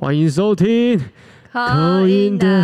欢迎收听 Call in the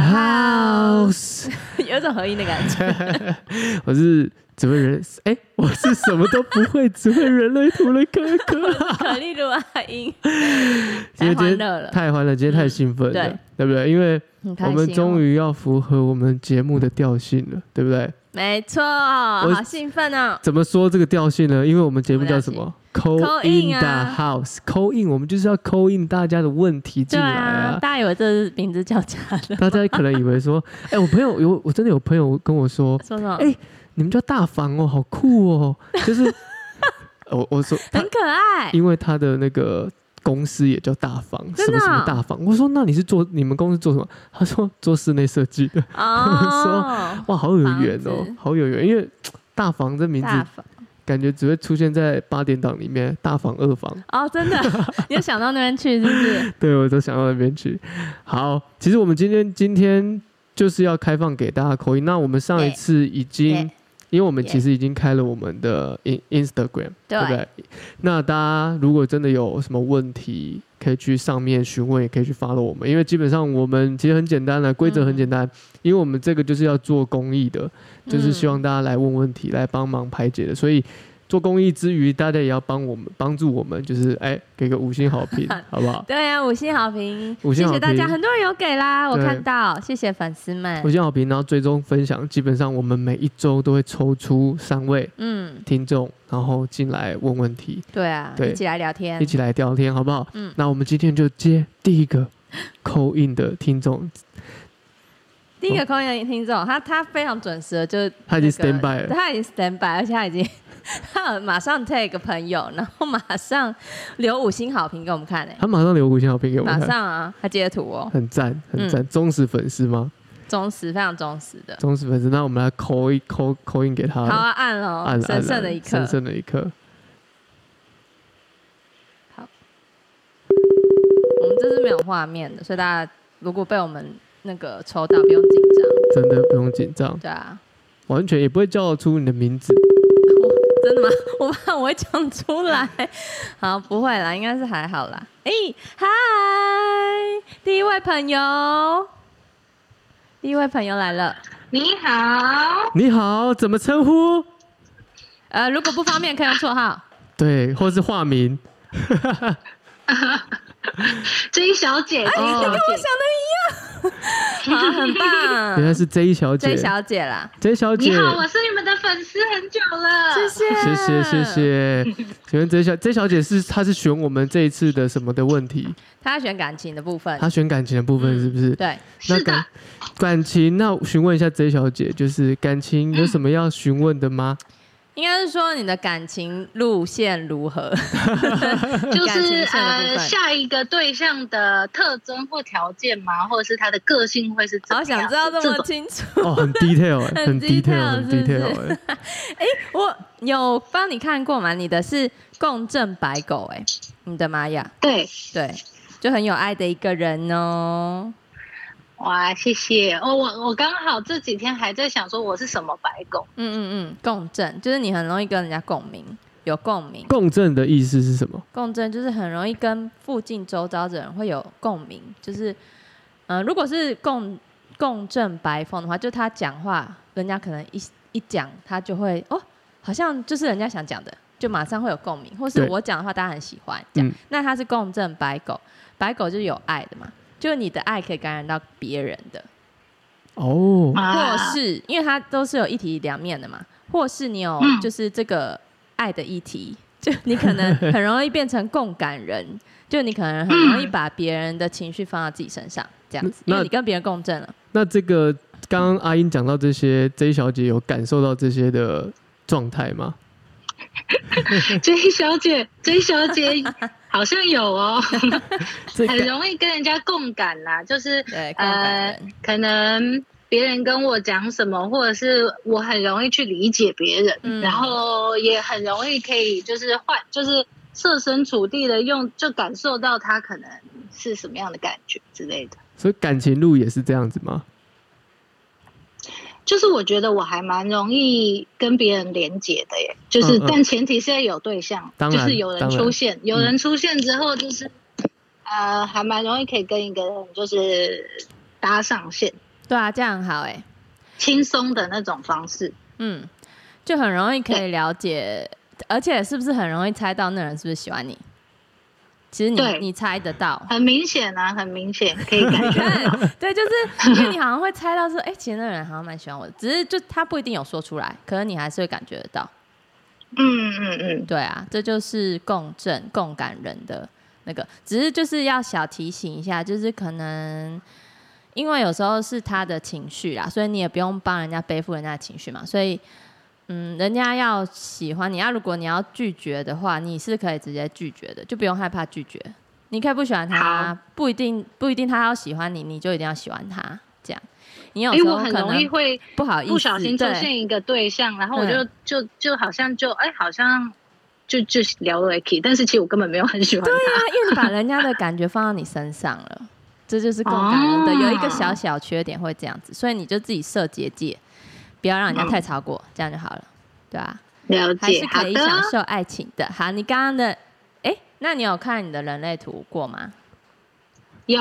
House， 有种合音的感觉。 我是只会人，我是什么都不会，只会人类图的哥哥。 可丽露阿英， 太欢乐了， 太欢乐，今天太兴奋了，对不对？因为我们终于要符合我们节目的调性了，对不对？ 没错，好兴奋哦！ 怎么说这个调性呢？因为我们节目叫什么？Call in the House，Call in， 我们就是要 Call in 大家的问题进来啊！ 大家以为这是名字叫假的， 大家可能以为说，我真的有朋友跟我说什么？ 你们叫大房哦，好酷哦！就是我说很可爱， 因为他的那个公司也叫大房，什么什么大房。我说那你们公司做什么？他说做室内设计的。我说哇，好有缘哦，好有缘，因为大房这名字感觉只会出现在8点档里面，大房2房。 哦，真的，你有想到那边去是不是？ 对，我都想到那边去。好，其实我们今天就是要开放给大家口音。那我们上一次已经。因为我们其实已经开了我们的 Instagram， 对不对？那大家如果真的有什么问题，可以去上面询问，也可以去 follow 我们。因为基本上我们其实很简单的规则很简单，因为我们这个就是要做公益的，就是希望大家来问问题，来帮忙排解的。所以做公益之余，大家也要帮助我们，就是给个5星好评，好不好？ 对啊，5星好评， 谢谢大家，很多人有给啦，我看到，谢谢粉丝们 5星好评，然后追踪分享，基本上我们每一周都会抽出3位听众，然后进来问问题。 对啊，一起来聊天， 一起来聊天，好不好？那我们今天就接第一个 call in 的听众。 第一个 call in 的听众，他非常准时的，就是他已经 stand by 了， 他已经 stand by， 而且他马上 tag 朋友，然后马上留5星好评给我们看。他马上留5星好评给我们看， 马上啊，他截图哦， 很赞很赞，忠实粉丝吗？ 忠实，非常忠实的忠实粉丝。那我们来 call in 给他， 好啊，按了，按神圣的一刻， 神圣的一刻。 好，我们这是没有画面的，所以大家如果被我们那个抽到，不用紧张， 真的不用紧张。 对啊， 完全也不会叫得出你的名字。 真的吗？我怕我会讲出来。好，不会啦，应该是还好啦。嗨，第一位朋友来了。 你好， 你好，怎么称呼？ 如果不方便，可以用绰号。 对，或是化名。 J 小姐， 跟我想的一样。好，很棒。 原来是 J 小姐。 J 小姐啦。 J 小姐， 你好，我是你们的粉丝很久了。 谢谢。请问 J 小姐她是选我们这一次的什么的问题？ 她选感情的部分。 她选感情的部分是不是？ 对， 是的。 感情，那询问一下 J 小姐，就是感情有什么要询问的吗？ 应该是说你的感情路线如何？ 就是下一个对象的特征或条件吗？或者是他的个性会是怎么样？ 好想知道这么清楚哦，很 detail 很 detail。 我有帮你看过吗？你的是共振白狗你的玛雅对， 就很有爱的一个人哦。 哇，谢谢我刚好这几天还在想说我是什么白狗。 共振就是你很容易跟人家共鸣，有共鸣。 共振的意思是什么？ 共振就是很容易跟附近周遭的人会有共鸣，就是如果是共振白风的话，就他讲话，人家可能一讲他就会好像就是人家想讲的，就马上会有共鸣，或是我讲的话大家很喜欢讲。那他是共振白狗，白狗就是有爱的嘛。就是你的爱可以感染到别人的或是因为它都是有一体两面的嘛，或是你有就是这个爱的议题，就你可能很容易变成共感人，就你可能很容易把别人的情绪放到自己身上，这样子，因为你跟别人共振了。那这个刚刚阿英讲到这些 ，J 小姐有感受到这些的状态吗 ？J 小姐好像有哦，很容易跟人家共感啦，就是可能别人跟我讲什么，或者是我很容易去理解别人，然后也很容易可以就是设身处地的就感受到他可能是什么样的感觉之类的。 所以感情路也是这样子吗？ 就是我觉得我还蛮容易跟别人连结的耶，就是但前提是要有对象，就是有人出现，有人出现之后就是还蛮容易可以跟一个人就是搭上线。 对啊，这样很好轻松的那种方式。 就很容易可以了解，而且是不是很容易猜到那人是不是喜欢你？其实你猜得到， 很明显啊，很明显可以感觉对，就是因为你好像会猜到说，其实那人好像蛮喜欢我的，只是就他不一定有说出来，可是你还是会感觉得到。对啊，这就是共振共感人的那个，只是就是要小提醒一下，就是可能因为有时候是他的情绪啦，所以你也不用帮人家背负人家的情绪嘛，所以人家要喜欢你，如果你要拒绝的话，你是可以直接拒绝的，就不用害怕拒绝。你可以不喜欢他，不一定他要喜欢你，你就一定要喜欢他。这样，你有时候可能我很容易会不好意思， 不小心出现一个对象，然后我就好像好像就聊了 K， 但是其实我根本没有很喜欢他。 对啊，因为你把人家的感觉放到你身上了，这就是共感人的有一个小小缺点会这样子，所以你就自己设结界。不要让人家太超过，这样就好了，对吧？ 了解， 还是可以享受爱情的。好，你刚刚的，那你有看你的人类图过吗？ 有，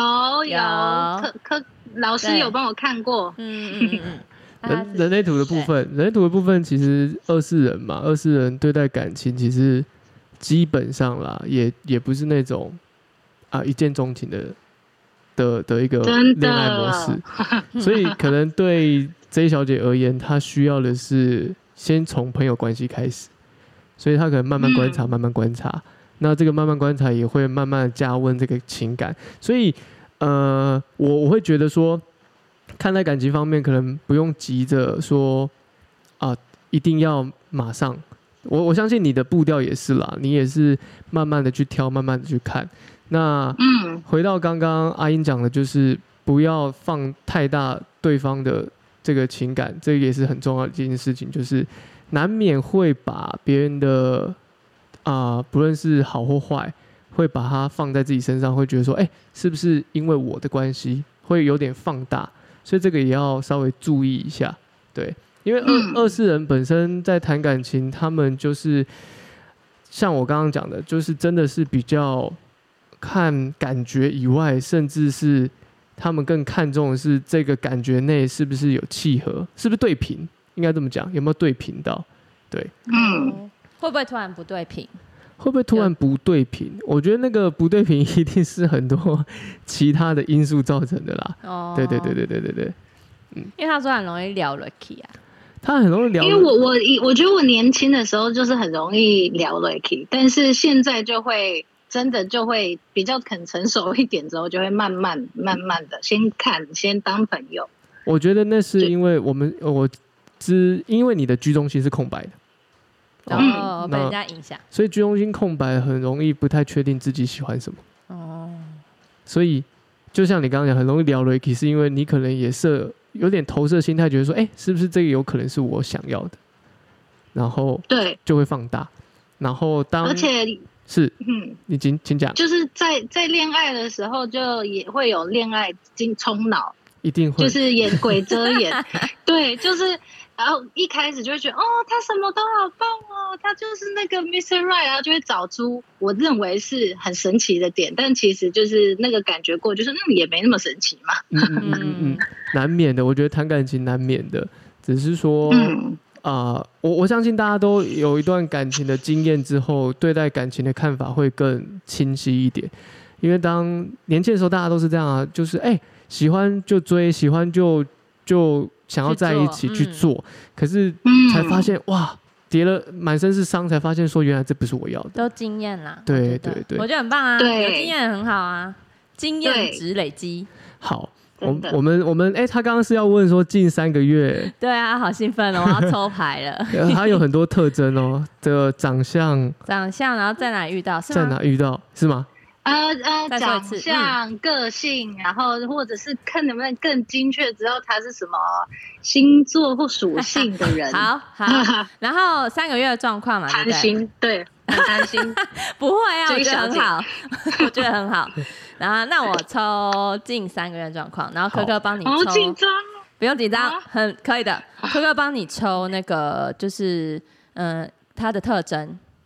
老师有帮我看过。 人类图的部分，其实24人嘛，24人对待感情其实基本上啦，也不是那种一见钟情的一个恋爱模式，所以可能对J 小姐而言，她需要的是先从朋友关系开始，所以她可能慢慢观察，慢慢观察。那这个慢慢观察也会慢慢加温这个情感，所以我会觉得说，看待感情方面可能不用急着说一定要马上。我相信你的步调也是啦，你也是慢慢的去挑，慢慢的去看。那回到刚刚阿英讲的，就是不要放太大对方的这个情感，这个也是很重要的一件事情，就是难免会把别人的不论是好或坏，会把它放在自己身上，会觉得说，是不是因为我的关系，会有点放大，所以这个也要稍微注意一下，对，因为24人本身在谈感情，他们就是像我刚刚讲的，就是真的是比较看感觉以外，甚至是他们更看重的是这个感觉内是不是有契合，是不是对频，应该这么讲，有没有对频到？对， 会不会突然不对频？ 会不会突然不对频？我觉得那个不对频一定是很多其他的因素造成的啦。对， 因为他说很容易聊 Ricky 啊， 他很容易聊。 因为我觉得我年轻的时候就是很容易聊 Ricky， 但是现在就会真的就会比较肯成熟一点之后，就会慢慢的先当朋友。 我觉得那是因为因为你的居中心是空白的。 被人家影响， 所以居中心空白，很容易不太确定自己喜欢什么。所以就像你刚刚讲，很容易聊 Ricky， 是因为你可能也是有点投射心态，觉得说，是不是这个有可能是我想要的？然后对，就会放大。然后而且是你请讲， 就是在恋爱的时候，就也会有恋爱冲脑， 一定会， 就是眼鬼遮眼，对，就是。然后一开始就会觉得他什么都好棒哦，他就是那个 Mr. Right， 然后就会找出我认为是很神奇的点，但其实就是那个感觉过，就是也没那么神奇嘛。 难免的，我觉得谈感情难免的，只是说我相信大家都有一段感情的经验之后，对待感情的看法会更清晰一点。因为当年轻的时候，大家都是这样啊，就是喜欢就追，喜欢就想要在一起去做，可是才发现哇，跌了满身是伤，才发现说原来这不是我要的。 都经验啦， 对， 我觉得很棒啊，有经验很好啊，经验值累积。 好，我们他刚刚是要问说近3个月， 对啊，好兴奋哦，我要抽牌了。 他有很多特征哦，的长相， 然后在哪里遇到？是吗？ 在哪遇到是吗？ 长相、个性，然后或者是看能不能更精确知道他是什么星座或属性的人。 好，然后3个月的状况嘛， 贪心，对，很贪心。 不会啊，我觉得很好，我觉得很好。然后那我抽近3个月的状况，然后柯柯帮你抽。 好紧张， 不用紧张，很可以的。柯柯帮你抽那个就是他的特征。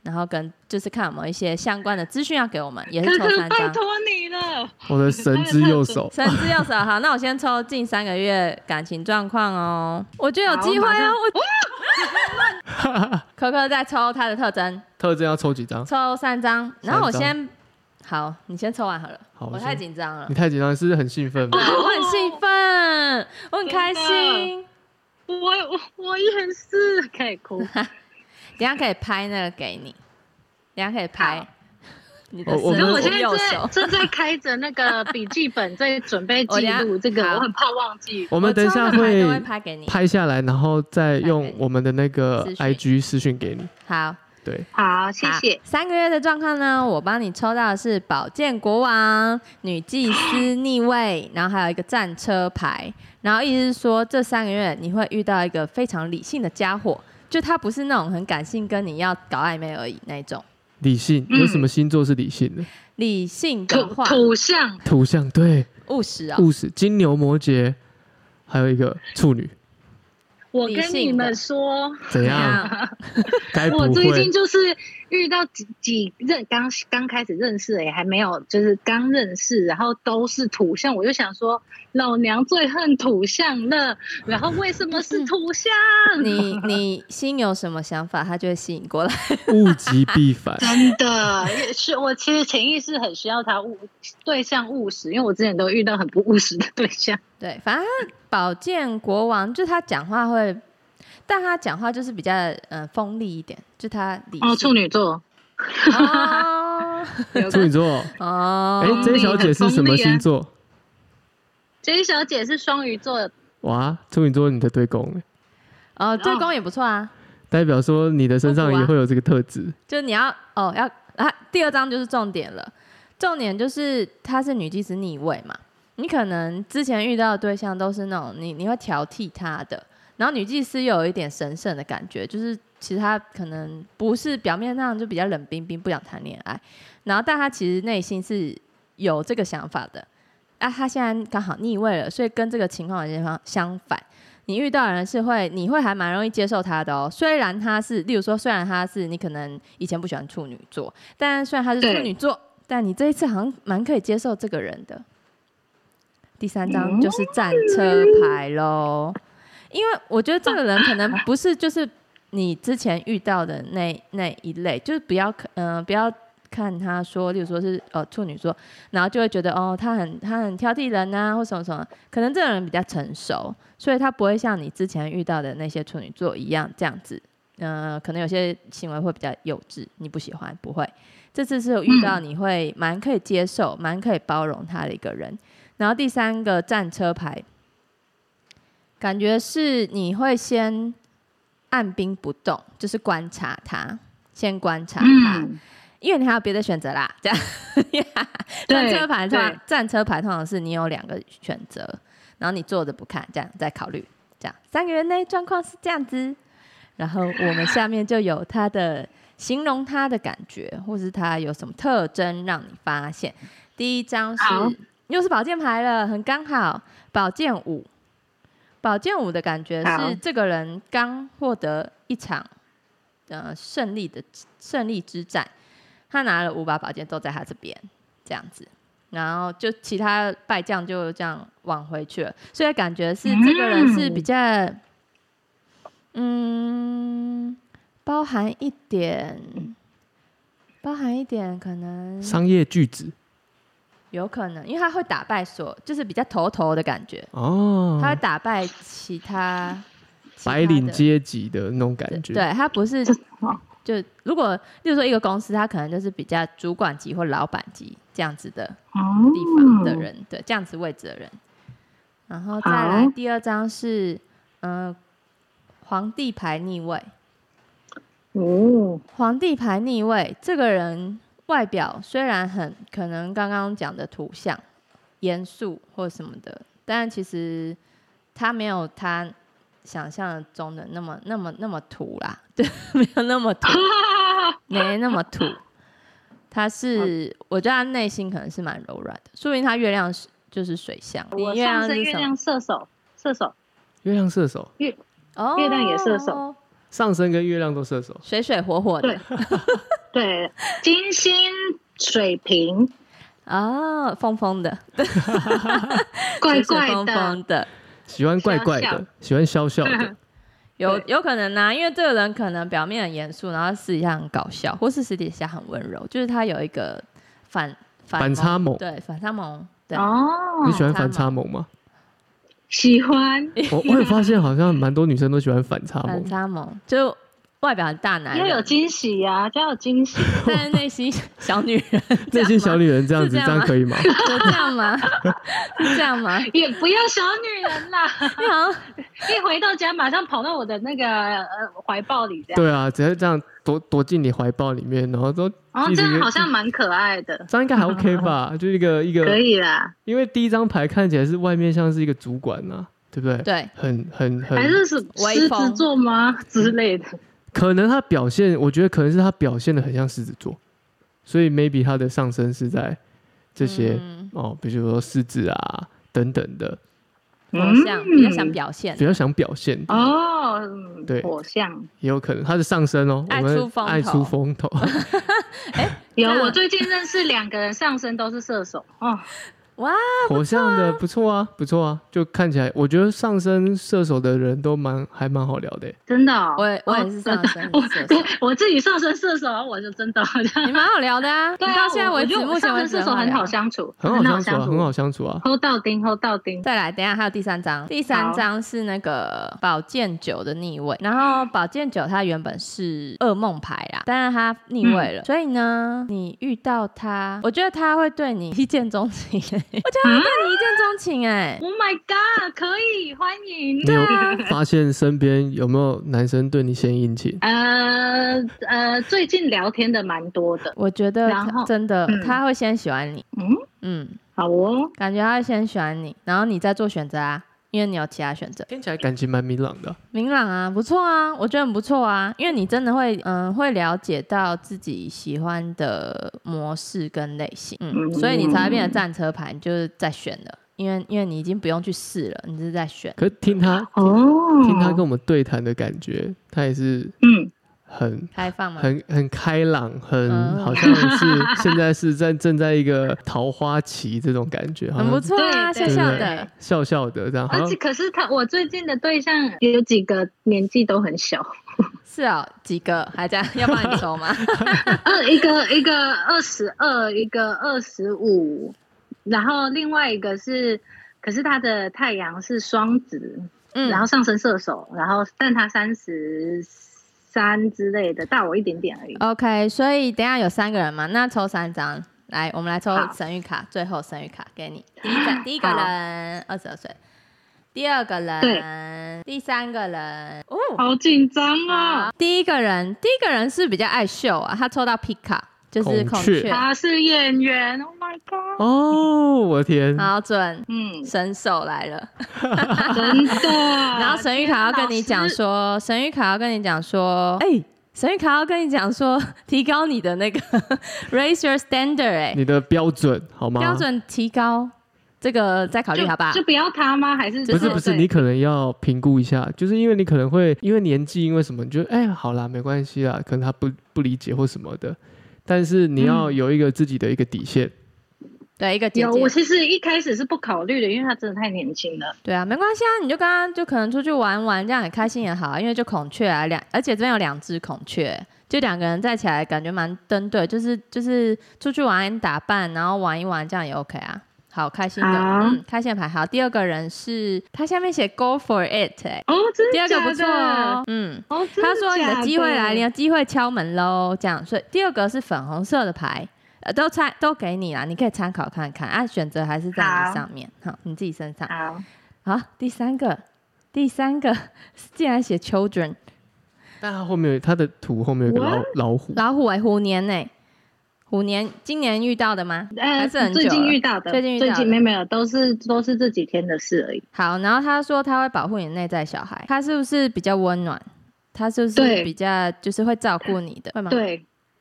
然后跟就是看有没有一些相关的资讯要给我们，也是抽3张。 拜托你了， 我的神之右手。 神之右手，好，那我先抽近3个月感情状况哦，我觉得有机会哦。可可在抽他的特征， 特征要抽几张？ 抽3张，然后我先，好，你先抽完好了。好，我太紧张了。 你太紧张，是不是很兴奋吗？ 我很兴奋，我很开心。 我也是，可以哭。 等一下可以拍那个给你，等一下可以拍你的我现右手。 正在开着那个笔记本，在准备记录这个，我很怕忘记。 我们等一下会拍给你， 拍下来，然后再用我们的那个 IG 私讯给你。 好， 对， 好，谢谢。 3个月的状况呢，我帮你抽到的是宝剑国王、女祭司逆位，然后还有一个战车牌。然后意思是说，这3个月你会遇到一个非常理性的家伙，就他不是那种很感性跟你要搞暧昧而已那一种。 理性有什么星座是理性的？ 理性的话， 土象对， 务实啊， 务实。金牛、摩羯，还有一个处女。 我跟你们说， 怎样？ 我最近就是遇到刚开始认识，还没有，就是刚认识，然后都是土象，我就想说，老娘最恨土象了。然后为什么是土象？ 你心有什么想法，他就会吸引过来。 物极必反， 真的是我其实潜意识很需要他对象务实，因为我之前都遇到很不务实的对象。 对，反正宝剑国王就他讲话会，但他讲话就是比较锋利一点，就他理性。 处女座。 处女座。哦。J 小姐是什么星座 ？J 小姐是双鱼座。 哇，处女座你的对宫。 对宫也不错啊。 代表说你的身上也会有这个特质。 就你要第2张就是重点了，重点就是她是女祭司逆位嘛。你可能之前遇到的对象都是那种你会挑剔他的，然后女祭司又有一点神圣的感觉，就是其实他可能不是表面上就比较冷冰冰不想谈恋爱，然后但他其实内心是有这个想法的他现在刚好逆位了，所以跟这个情况相反，你遇到的人你会还蛮容易接受他的哦。虽然他是，例如说虽然他是你可能以前不喜欢处女座，但虽然他是处女座，但你这一次好像蛮可以接受这个人的。第3张就是战车牌咯，因为我觉得这个人可能不是就是你之前遇到的那一类，就是不要看他说，例如说是处女座，然后就会觉得他很挑剔人啊或什么什么，可能这个人比较成熟，所以他不会像你之前遇到的那些处女座一样这样子，可能有些行为会比较幼稚，你不喜欢，不会。这次是遇到你会蛮可以接受、蛮可以包容他的一个人。然后第3个战车牌，感觉是你会先按兵不动，就是观察他，先观察他，因为你还有别的选择啦。这样，战车牌通常是你有2个选择，然后你坐着不看，这样再考虑。这样3个月内状况是这样子，然后我们下面就有他的形容他的感觉，或是他有什么特征让你发现。第1张是。又是宝剑牌了，很刚好。宝剑5，宝剑5的感觉是这个人刚获得一场胜利之战，他拿了5把宝剑都在他这边，这样子，然后就其他败将就这样往回去了，所以感觉是这个人是比较包含一点可能商业巨子。 有可能，因为他会打败就是比较头的感觉他会打败其他白领阶级的那种感觉。 对，他不是就如果例如说一个公司，他可能就是比较主管级或老板级这样子的地方的人，对，这样子位置的人。然后再来第2张是皇帝牌逆位。皇帝牌逆位，这个人外表虽然很可能刚刚讲的土象严肃或什么的，但其实他没有他想象中的那么土啦，对，没有那么土，没那么土。他是，我觉得他内心可能是蛮柔软的，说明他月亮就是水象。 我上升月亮射手， 月亮射手， 月亮也射手。 上升跟月亮都射手， 水水火火的。 对，金星水瓶， 疯疯的， 怪怪的， 疯疯的， 喜欢怪怪的，喜欢笑笑的。 有可能啊，因为这个人可能表面很严肃，然后私底下很搞笑，或是私底下很温柔，就是他有一个反差萌， 对，反差萌。对你喜欢反差萌吗？ 喜欢。 我也发现好像蛮多女生都喜欢反差萌。 反差萌就外表很大男人， 要有惊喜呀，就要有惊喜。 但是内心小女人， 内心小女人这样子，这样可以吗？ 就这样吗？是这样吗？ 也不要小女人啦，一回到家马上跑到我的那个怀抱里，这样。 对啊，只要这样躲进你怀抱里面，然后都这样好像蛮可爱的。 这样应该还 OK 吧？就一个可以啦。 因为第一张牌看起来是外面像是一个主管啊，对不对？ 对， 很还是狮子座吗之类的？ 可能他表现，我觉得可能是他表现的很像狮子座，所以 maybe 他的上升是在这些比如说狮子啊等等的火象，比较想表现， 对， 火象也有可能他的上升爱出风头。 有，我最近认识2个人上升都是射手哦。 哇， 火象的不错啊，就看起来，我觉得上升射手的人都还蛮好聊的。 真的哦， 我也是上升射手， 我自己上升射手，我就真的你蛮好聊的啊。对啊，到现在为止，目前为止射手很好相处， 很好相处啊。 hold 到丁。 再来，等一下还有第3张，第3张是那个宝剑9的逆位，然后宝剑9它原本是噩梦牌啦，但是它逆位了，所以呢，你遇到他，我觉得他会对你一见钟情。我觉得他对你一见钟情 Oh my god， 可以欢迎。 你有发现身边有没有男生对你献殷勤？ 最近聊天的蛮多的， 我觉得真的他会先喜欢你。 好哦， 感觉他会先喜欢你，然后你再做选择啊。因为你有其他选择， 听起来感情蛮明朗的。 明朗啊，不错啊，我觉得很不错啊。因为你真的会了解到自己喜欢的模式跟类型，所以你才会变成战车牌，你就是在选了。因为你已经不用去试了，你是在选。 可是听他跟我们对谈的感觉，他也是很开放吗？ 很开朗，好像是现在是正在一个桃花期这种感觉， 很不错啊， 笑笑的这样。 而且可是我最近的对象有几个年纪都很小。 是哦，几个还这样？要帮你抽吗？ 一个22，一个25，然后另外一个是，可是他的太阳是双子，然后上升射手，然后但他33之类的，大我一点点而已。 OK， 所以等一下有3个人嘛，那抽3张，来，我们来抽神谕卡，最后神谕卡给你。第一个人22岁，第2个人，第3个人， 好紧张啊！ 第一个人是比较爱秀啊，他抽到皮卡。就是孔雀， 他是演员。Oh my god！ 我的天， 好准，神手来了， 真的。 然后神谕卡要跟你讲说，神谕卡要跟你讲说，提高你的那个raise your standard， 你的标准好吗？ 标准提高，这个再考虑好吧？ 就不要他吗？还是不是？你可能要评估一下，就是因为你可能会因为年纪，因为什么，你觉得好啦，没关系啦，可能他不理解或什么的。但是你要有一个自己的一个底线， 对，一个姐姐。 我其实一开始是不考虑的，因为他真的太年轻了。 对啊，没关系啊，你就跟他就可能出去玩玩，这样很开心也好啊。因为就孔雀啊，而且这边有2只孔雀，就2个人在起来感觉蛮登对，就是出去玩打扮，然后玩一玩，这样也 OK 啊。好开心的，开心的牌。好，第2个人是他下面写 Go for it， 真的假的？第2个不错哦，他说你的机会来，你的机会敲门喽，这样。所以第2个是粉红色的牌，都给你啦，你可以参考看看啊，选择还是在你上面，好，你自己身上。好，第三个竟然写 children， 但他的图后面有个老虎， 虎年呢。虎年，今年遇到的吗？还是很久了？ 最近遇到的，没有，都是这几天的事而已。 好，然后他说他会保护你的内在小孩，他是不是比较温暖？他是不是比较就是会照顾你的？会吗？ 对，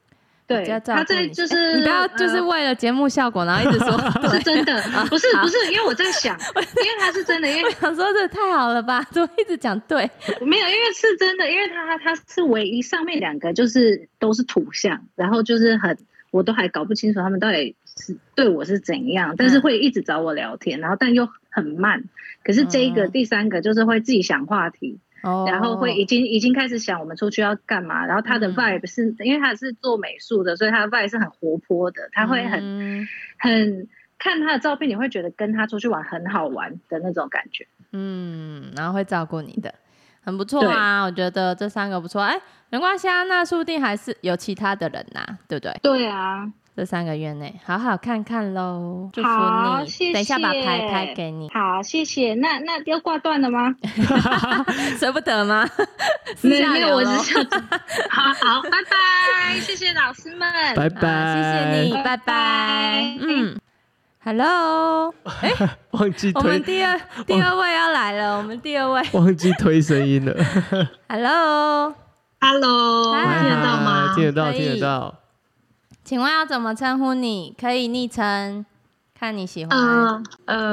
对，他在就是你不要就是为了节目效果，然后一直说是真的，不是，因为我在想，因为他是真的，因为想说这太好了吧，怎么一直讲对？ 没有，因为是真的，因为他是唯一上面2个就是都是图像，然后就是我都还搞不清楚他们到底是对我是怎样，但是会一直找我聊天，然后但又很慢。可是这一个第3个就是会自己想话题。然后会已经开始想我们出去要干嘛，然后他的 vibe 是因为他是做美术的，所以他的 vibe 是很活泼的，他会很看他的照片，你会觉得跟他出去玩很好玩的那种感觉。 然后会照顾你的，很不错啊，我觉得这3个不错。没关系啊，那说不定还是有其他的人啊，对不对？ 对啊。 这3个月内好好看看咯，祝福你。 谢谢， 等一下把牌拍给你。 好，谢谢。那要挂断了吗？ 舍不得吗？ 没有，我只想好，拜拜，谢谢老师们， 拜拜， 谢谢你，拜拜。Hello， 忘记推， 我们第二位要来了，我们第2位忘记推声音了。 Hello， 听得到吗？ 听得到。 请问要怎么称呼你？可以昵称，看你喜欢。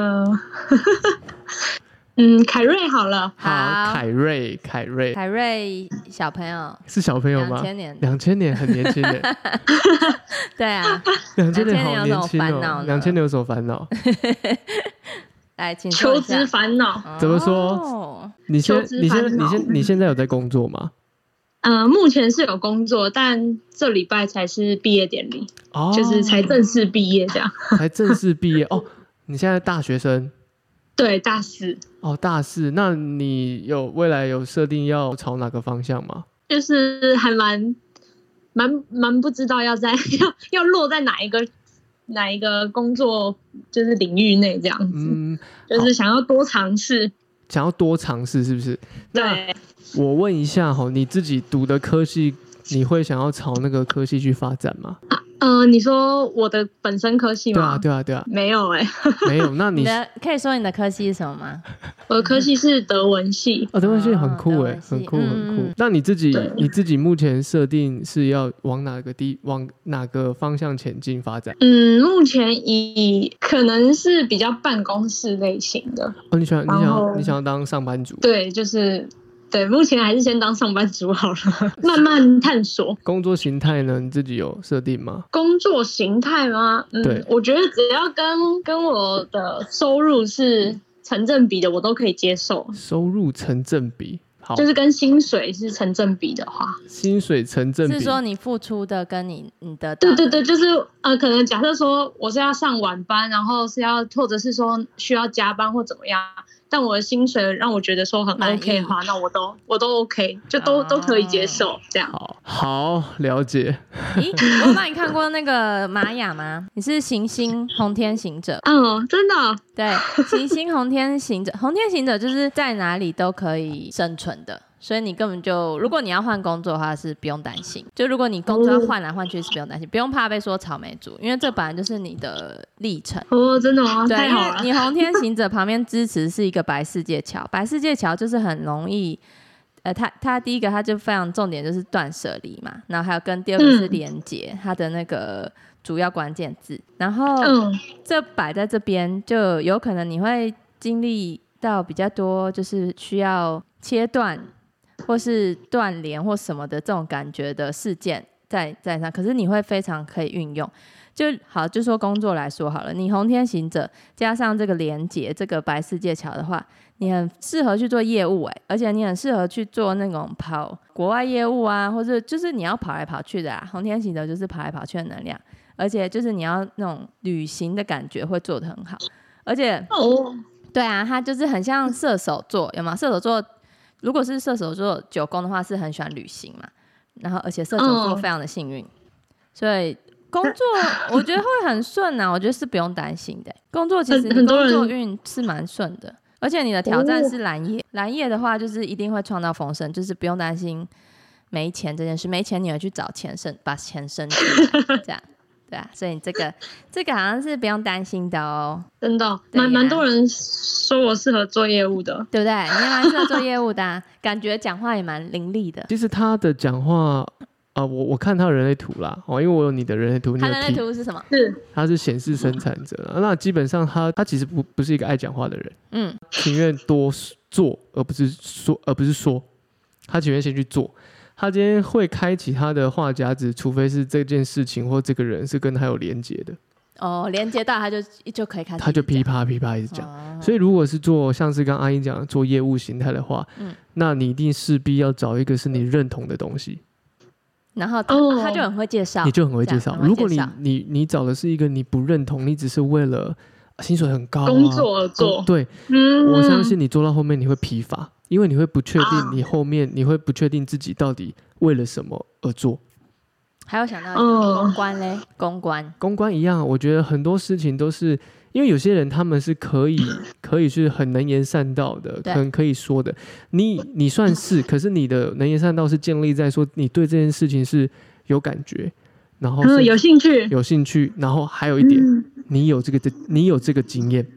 凯瑞好了。 好，凯瑞小朋友是小朋友吗？2000年很年轻的。 对啊 ，2000年好年轻哦。2000年有什么烦恼？ 来，请说一下。 求职烦恼。 怎么说？你现在有在工作吗？ 目前是有工作，但这礼拜才是毕业典礼，就是才正式毕业这样。 才正式毕业哦？你现在大学生？ 对，大4。 大4，那你未来有设定要朝哪个方向吗？ 就是还蛮不知道要落在哪一个工作就是领域内这样子，就是想要多尝试。 想要多尝试是不是？ 对。 我问一下你自己读的科系，你会想要朝那个科系去发展吗？ 你说我的本身科系吗？ 对啊。 没有没有。那你可以说你的科系是什么吗？ 我的科系是德文系。 德文系很酷很酷。那你自己目前设定是要往哪个方向前进发展？ 目前可能是比较办公室类型的。 你想要当上班族？ 对，就是。对，目前还是先当上班族好了，慢慢探索。 工作形态呢？你自己有设定吗？ 工作形态吗？对，我觉得只要跟我的收入是成正比的，我都可以接受。 收入成正比，好， 就是跟薪水是成正比的话， 薪水成正比是说你付出的跟你的对，就是可能假设说我是要上晚班，然后或者是说需要加班或怎么样。但我的薪水让我觉得说很 OK 的话，那我都 OK， 就都可以接受这样。 好了解。 我有帮你看过那个玛雅吗？你是行星红天行者。 真的。 对，行星红天行者，红天行者就是在哪里都可以生存的。所以你根本就，如果你要换工作的话是不用担心，就如果你工作要换来换去是不用担心，不用怕被说草莓族，因为这本来就是你的历程。 真的吗？太好了。 因为你红天行者旁边支持是一个白世界桥，白世界桥就是很容易，它第一个它就非常重点就是断舍离嘛，然后还有跟第2个是连结，它的那个主要关键字，然后这摆在这边就有可能你会经历到比较多，就是需要切断。或是断联或什么的这种感觉的事件在上，可是你会非常可以运用。就说工作来说好了，你红天行者加上这个连结这个白世界桥的话，你很适合去做业务而且你很适合去做那种跑国外业务啊，或者就是你要跑来跑去的啊。红天行者就是跑来跑去的能量，而且就是你要那种旅行的感觉会做得很好，而且对啊，它就是很像射手座，有吗？射手座。如果是射手座9宫的话，是很喜欢旅行嘛，然后而且射手座非常的幸运，所以工作我觉得会很顺啊，我觉得是不用担心的。工作其实你工作运是蛮顺的，而且你的挑战是蓝夜，蓝夜的话就是一定会创造丰盛，就是不用担心没钱这件事，没钱你会去找钱把钱生出来，这样。对啊，所以这个好像是不用担心的哦。 真的，蛮多人说我适合做业务的， 对不对？你也蛮适合做业务的感觉讲话也蛮伶俐的。 其实他的讲话我看他的人类图啦，因为我有你的人类图， 他的人类图是什么？ 他是显示生产者，那基本上他其实不是一个爱讲话的人，情愿多做而不是说，他情愿先去做。他今天会开启他的话匣子，除非是这件事情或这个人是跟他有连结的。连接到他就可以开始，他就噼啪噼啪一直讲。所以如果是做像是刚阿英讲的做业务形态的话，那你一定势必要找一个是你认同的东西。 然后他就很会介绍， 你就很会介绍。如果你找的是一个你不认同，你只是为了薪水很高工作而做， 对，我相信你做到后面你会疲乏，因为你会不确定你后面你会不确定自己到底为了什么而做。 还有想到公关嘞，公关一样，我觉得很多事情都是因为有些人他们是可以是很能言善道的，可以说的。你算是，可是你的能言善道是建立在说你对这件事情是有感觉，然后有兴趣， 然后还有一点，你有这个经验。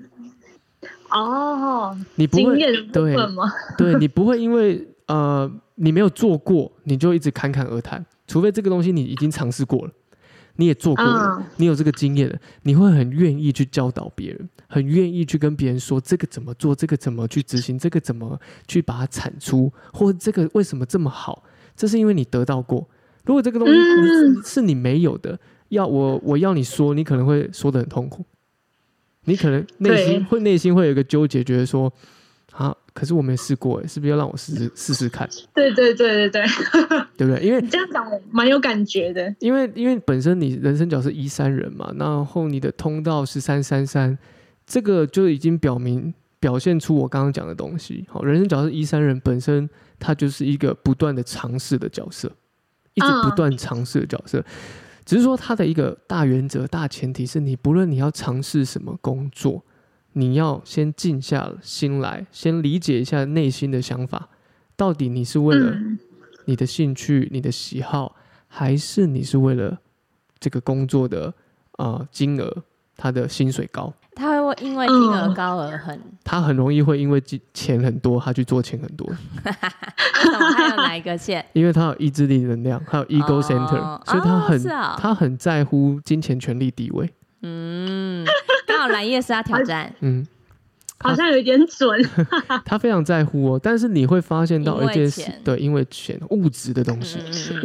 你不会经验的部分吗？ 对，你不会因为你没有做过，你就一直侃侃而谈。除非这个东西你已经尝试过了，你也做过了，你有这个经验了，你会很愿意去教导别人，很愿意去跟别人说这个怎么做，这个怎么去执行，这个怎么去把它产出，或者这个为什么这么好，这是因为你得到过。如果这个东西是你没有的，我要你说，你可能会说得很痛苦，你可能内心会有一个纠结，觉得说可是我没试过，是不是要让我试试看？对对不对？因为你这样讲蛮有感觉的。 因为本身你人生角是13人嘛，然后你的通道是333，这个就已经表现出我刚刚讲的东西。好，人生角是13人本身，它就是一个不断的尝试的角色，一直不断尝试的角色。只是说它的一个大原则、大前提是你不论你要尝试什么工作，你要先静下心来，先理解一下内心的想法，到底你是为了你的兴趣、你的喜好，还是你是为了这个工作的金额，他的薪水高？ 他会因为金额高而他很容易会因为钱很多，他去做钱很多。 为什么？他有哪一个线？ 因为他有意志力能量，还有 ego center，所以他很在乎金钱、权力、地位。 刚好蓝夜是他挑战， 好像有一点准。 他非常在乎但是你会发现到一件事，对，因为钱，物质的东西，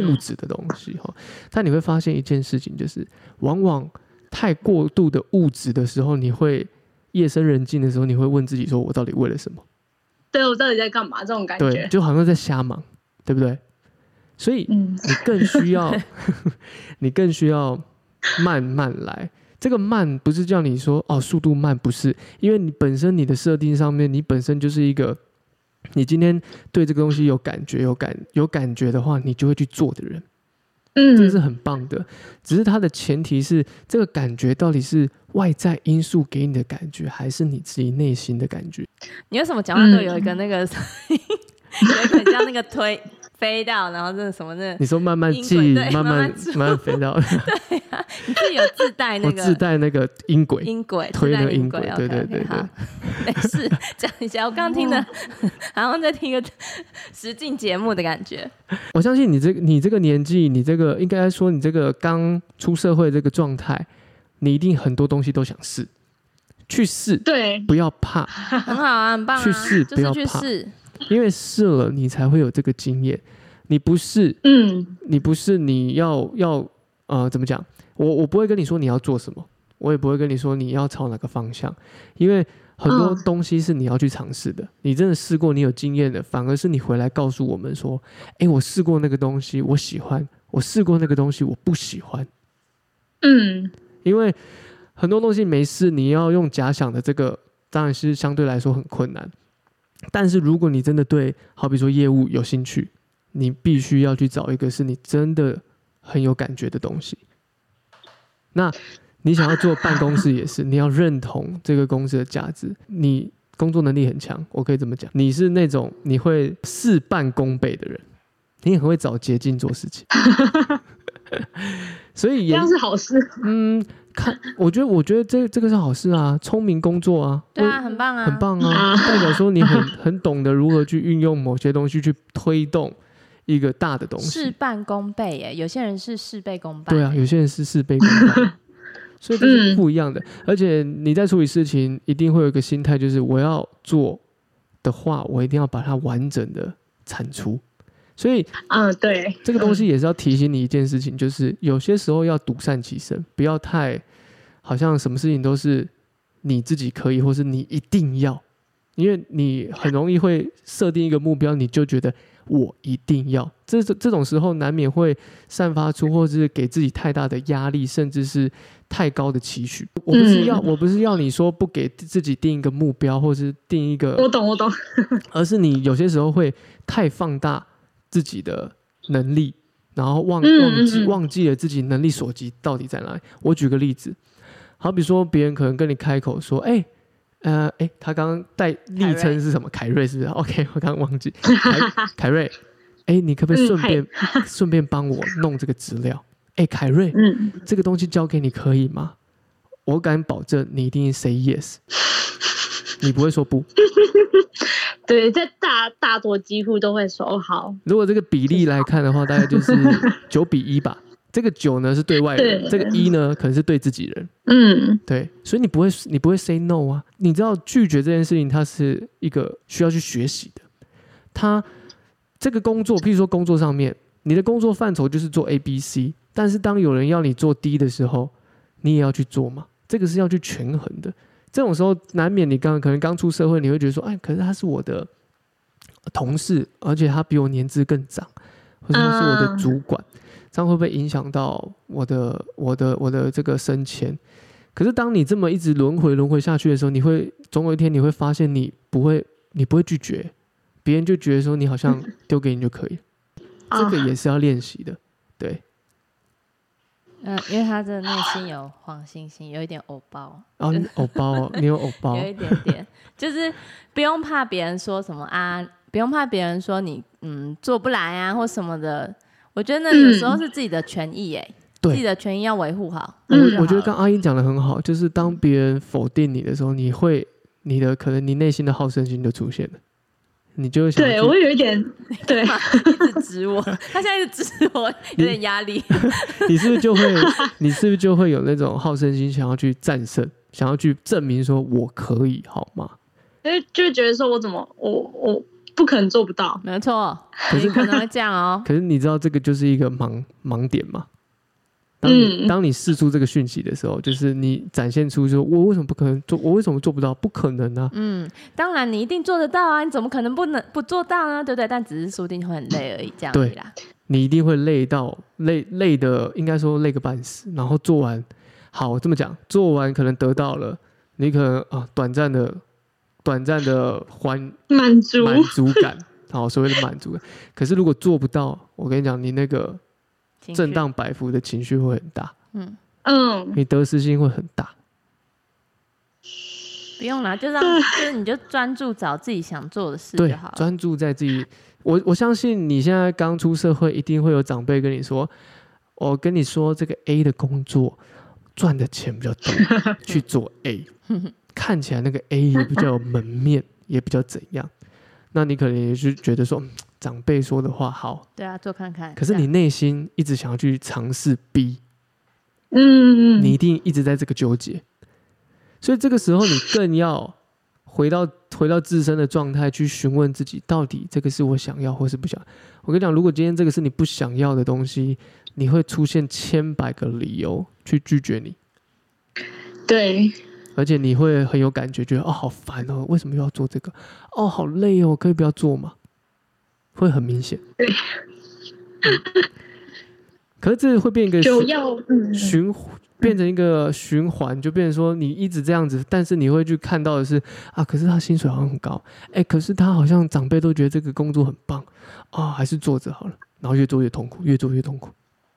但你会发现一件事情，就是往往太过度的物质的时候，你会夜深人静的时候，你会问自己说：“我到底为了什么？” 对，我到底在干嘛？这种感觉， 对，就好像在瞎忙，对不对？所以你更需要，你更需要慢慢来。这个慢不是叫你说速度慢，不是，因为你本身你的设定上面，你本身就是一个，你今天对这个东西有感觉、有感觉的话，你就会去做的人。这个是很棒的，只是它的前提是这个感觉到底是外在因素给你的感觉，还是你自己内心的感觉？ 你为什么讲话都有一个那个声音，有一个很像那个飞到，然后这什么的？ 你说慢慢进，慢慢飞到。 对啊，你自己有自带那个， 我自带那个音轨，推那个音轨，对。 好，没事，讲一下。我刚听的，好像在听一个实境节目的感觉。 我相信你这个年纪，你这个应该说你这个刚出社会这个状态，你一定很多东西都想试，去试，对，不要怕， 很好啊，很棒啊， 去试，不要怕。因为试了，你才会有这个经验。你不是，你要怎么讲？我不会跟你说你要做什么，我也不会跟你说你要朝哪个方向，因为很多东西是你要去尝试的。你真的试过，你有经验的，反而是你回来告诉我们说：“我试过那个东西，我喜欢；我试过那个东西，我不喜欢。”因为很多东西没试，你要用假想的这个，当然是相对来说很困难。但是如果你真的对好比说业务有兴趣，你必须要去找一个是你真的很有感觉的东西。那你想要做办公室也是，你要认同这个公司的价值，你工作能力很强，我可以这么讲，你是那种你会事半功倍的人，你也很会找捷径做事情。所以这样是好事。 我觉得这个是好事啊，聪明工作啊， 对啊，很棒啊， 很棒啊，代表说你很懂得如何去运用某些东西去推动一个大的东西， 事半功倍耶。有些人是事倍功半， 对啊，有些人是事倍功半，所以这是不一样的。而且你在处理事情，一定会有一个心态，就是我要做的话，我一定要把它完整的产出。所以， 对， 这个东西也是要提醒你一件事情，就是有些时候要独善其身，不要太好像什么事情都是你自己可以，或是你一定要，因为你很容易会设定一个目标，你就觉得我一定要，这种时候难免会散发出或是给自己太大的压力，甚至是太高的期许。我不是要你说不给自己定一个目标，或是定一个， 我懂， 而是你有些时候会太放大自己的能力，然后忘记了自己能力所及到底在哪里。我举个例子，好比说别人可能跟你开口说，他刚刚带昵称是什么？凯瑞是不是 ？OK， 我刚刚忘记。凯瑞，你可不可以顺便帮我弄这个资料？凯瑞，这个东西交给你可以吗？我敢保证你一定 say yes， 你不会说不。 对，在大多几乎都会说好。 如果这个比例来看的话，大概就是9:1吧。这个9呢是对外人，这个1呢可能是对自己人。对，所以你不会 say no 啊。你知道拒绝这件事情，它是一个需要去学习的。它这个工作，譬如说工作上面，你的工作范畴就是做 A、B、C， 但是当有人要你做 D 的时候，你也要去做嘛。这个是要去权衡的。这种时候难免你可能刚出社会，你会觉得说，可是他是我的同事，而且他比我年资更长，或者他是我的主管，这样会不会影响到我的这个升迁？可是当你这么一直轮回下去的时候，总有一天你会发现你不会拒绝，别人就觉得说你好像丢给你就可以了。这个也是要练习的，对。 因为他的内心有黄星星，有一点偶包。 偶包，你有偶包， 有一点点，就是不用怕别人说什么啊，不用怕别人说你做不来啊或什么的。我觉得那有时候是自己的权益自己的权益要维护好。 我觉得刚阿英讲的很好，就是当别人否定你的时候，可能你内心的好胜心就出现了。你就会想， 对我有一点，对， 一直指我，他现在一直指我，有点压力。 你是不是就会有那种好胜心，想要去战胜，想要去证明说我可以，好吗？ 就会觉得说我不可能做不到， 没错，可能会这样哦。 可是你知道这个就是一个盲点吗？当你释出这个讯息的时候，就是你展现出说我为什么不可能做，我为什么做不到？不可能啊！ 当然你一定做得到啊，你怎么可能不做到呢？对不对？但只是说不定会很累而已，这样子啦。 你一定会累的，应该说累个半死，然后做完，好这么讲，做完可能得到了，你可能短暂的满足感，好所谓的满足感。可是如果做不到，我跟你讲，你那个震荡摆幅的情绪会很大，你得失心会很大。 不用啦，就是你就专注找自己想做的事就好了。 对，专注在自己。我相信你现在刚出社会，一定会有长辈跟你说：“我跟你说，这个 A 的工作赚的钱比较多，去做 A， 看起来那个 A 也比较有门面，也比较怎样。”那你可能也是觉得说，长辈说的话好， 对啊，做看看。 可是你内心一直想要去尝试 B， 你一定一直在这个纠结，所以这个时候你更要回到自身的状态去询问自己，到底这个是我想要或是不想。我跟你讲，如果今天这个是你不想要的东西，你会出现千百个理由去拒绝你。 对。 而且你会很有感觉，觉得好烦哦，为什么又要做这个？好累哦，可以不要做吗？会很明显。 对。 可是这会变一个变成一个循环，就变成说你一直这样子，但是你会去看到的是可是他薪水好像很高，可是他好像长辈都觉得这个工作很棒还是做着好了，然后越做越痛苦，越做越痛苦。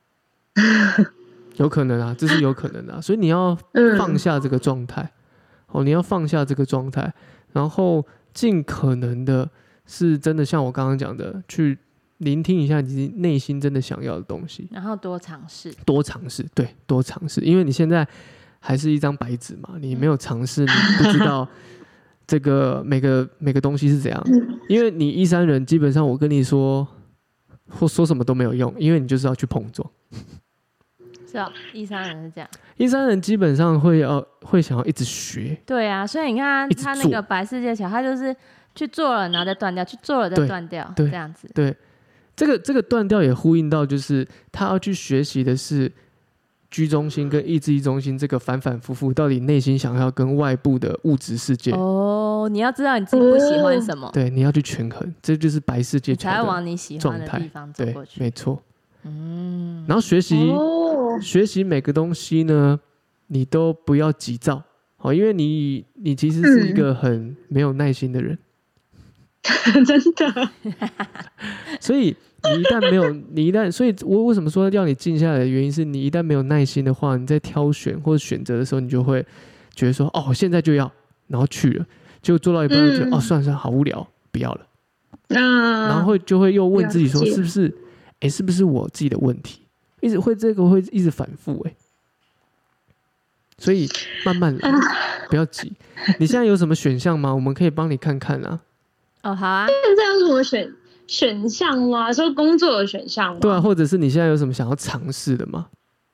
有可能啊，这是有可能啊，所以你要放下这个状态，你要放下这个状态，然后尽可能的是真的像我刚刚讲的，去聆听一下你内心真的想要的东西， 然后多尝试， 对，多尝试，因为你现在还是一张白纸嘛，你没有尝试，你不知道这个每个东西是怎样。因为你1-3人，基本上我跟你说， 或说什么都没有用，因为你就是要去碰撞。 是啊，13人是这样。 13人基本上会想要一直学。 对啊，所以你看他那个白世界桥，他就是去做了，然后再断掉，去做了再断掉，这样子。 对，这个断掉也呼应到，就是他要去学习的是居中心跟意志力中心这个反反复复，到底内心想要跟外部的物质世界。 你要知道你自己不喜欢什么。 对，你要去权衡，这就是白世界桥的才会往你喜欢的地方走过去。 对，没错。然后学习每个东西呢，你都不要急躁，因为你其实是一个很没有耐心的人。 真的。 所以所以我为什么说要你静下来的原因是，你一旦没有耐心的话，你在挑选或者选择的时候，你就会觉得说，现在就要，然后去了，结果做到一半就觉得，算了，好无聊，不要了。然后就会又问自己说，是不是我自己的问题？会一直反复所以慢慢来，不要急。你现在有什么选项吗？我们可以帮你看看啊。 好啊。 现在有什么选项吗？说工作的选项吗？ 对啊，或者是你现在有什么想要尝试的吗？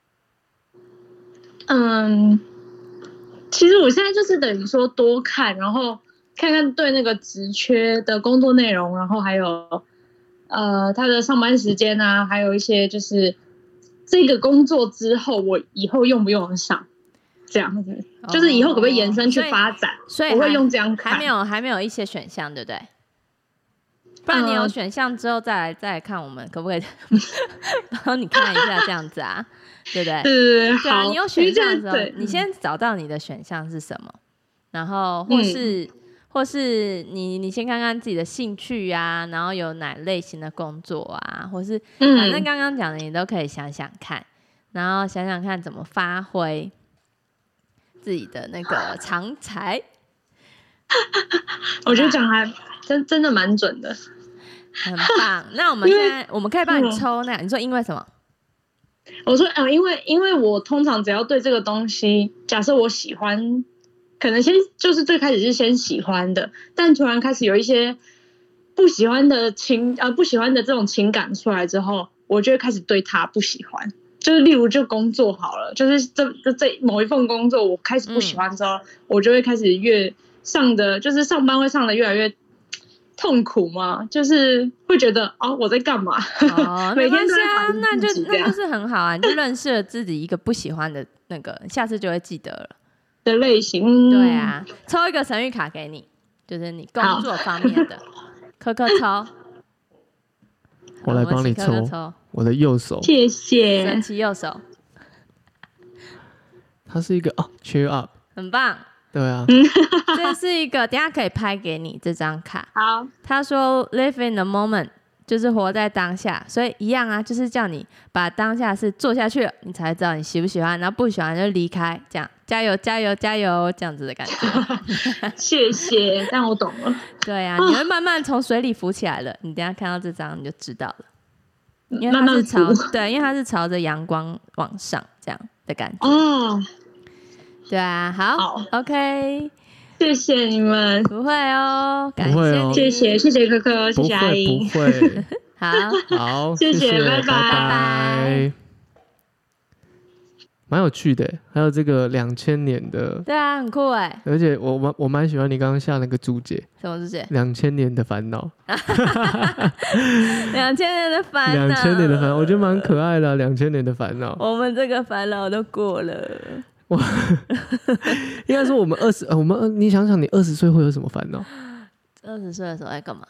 其实我现在就是等于说多看，然后看看对那个职缺的工作内容，然后还有他的上班时间啊，还有一些就是这个工作之后我以后用不用得上，这样子，就是以后可不可以延伸去发展， 所以我会用这样看。 还没有一些选项，对不对？不然你有选项之后再来看，我们可不可以帮你看一下这样子啊？对不对？ 对啊，你有选项的时候，你先找到你的选项是什么，然后或是你先看看自己的兴趣啊，然后有哪类型的工作啊，或是反正刚刚讲的你都可以想想看，然后想想看怎么发挥自己的那个长才。 我觉得讲还真的蛮准的， 很棒。那我们现在我们可以帮你抽那个，你说因为什么？ 我说因为我通常只要对这个东西，假设我喜欢。可能就是最开始是先喜欢的，但突然开始有一些不喜欢的这种情感出来之后，我就会开始对他不喜欢。就是例如就工作好了，就是这某一份工作我开始不喜欢之后，我就会开始就是上班会上的越来越痛苦嘛，就是会觉得我在干嘛？每天都在怀疑自己， 那就是很好啊，你就认识了自己一个不喜欢的那个，下次就会记得了。 的类型。 对啊，抽一个神谕卡给你，就是你工作方面的。科抽， 我来帮你抽。我的右手， 谢谢。 神奇右手， 它是一个cheer up， 很棒。 对啊， 这是一个，等一下可以拍给你这张卡。 好， 他说 live in the moment， 就是活在当下，所以一样啊，就是叫你把当下事做下去了，你才知道你喜不喜欢，然后不喜欢就离开，这样加油加油加油，这样子的感觉。 谢谢，但我懂了。 对啊，你会慢慢从水里浮起来了，你等一下看到这张你就知道了，因为它是因为它是朝着阳光往上这样的感觉。 哦， 对啊，好 OK， 谢谢你们。 不会哦，感谢你， 谢谢科科，谢谢阿姨， 不会， 好， 谢谢，拜拜。蛮有趣的，还有这个2000年的， 对啊，很酷哎。 而且我蛮喜欢你刚刚下那个注解， 什么注解 ？2000年的烦恼。 2000年的烦恼 ，2000年的烦恼，我觉得蛮可爱的。2000年的烦恼， 我们这个烦恼都过了。 应该说我们你想想，你20岁会有什么烦恼 ？20岁的时候在干嘛？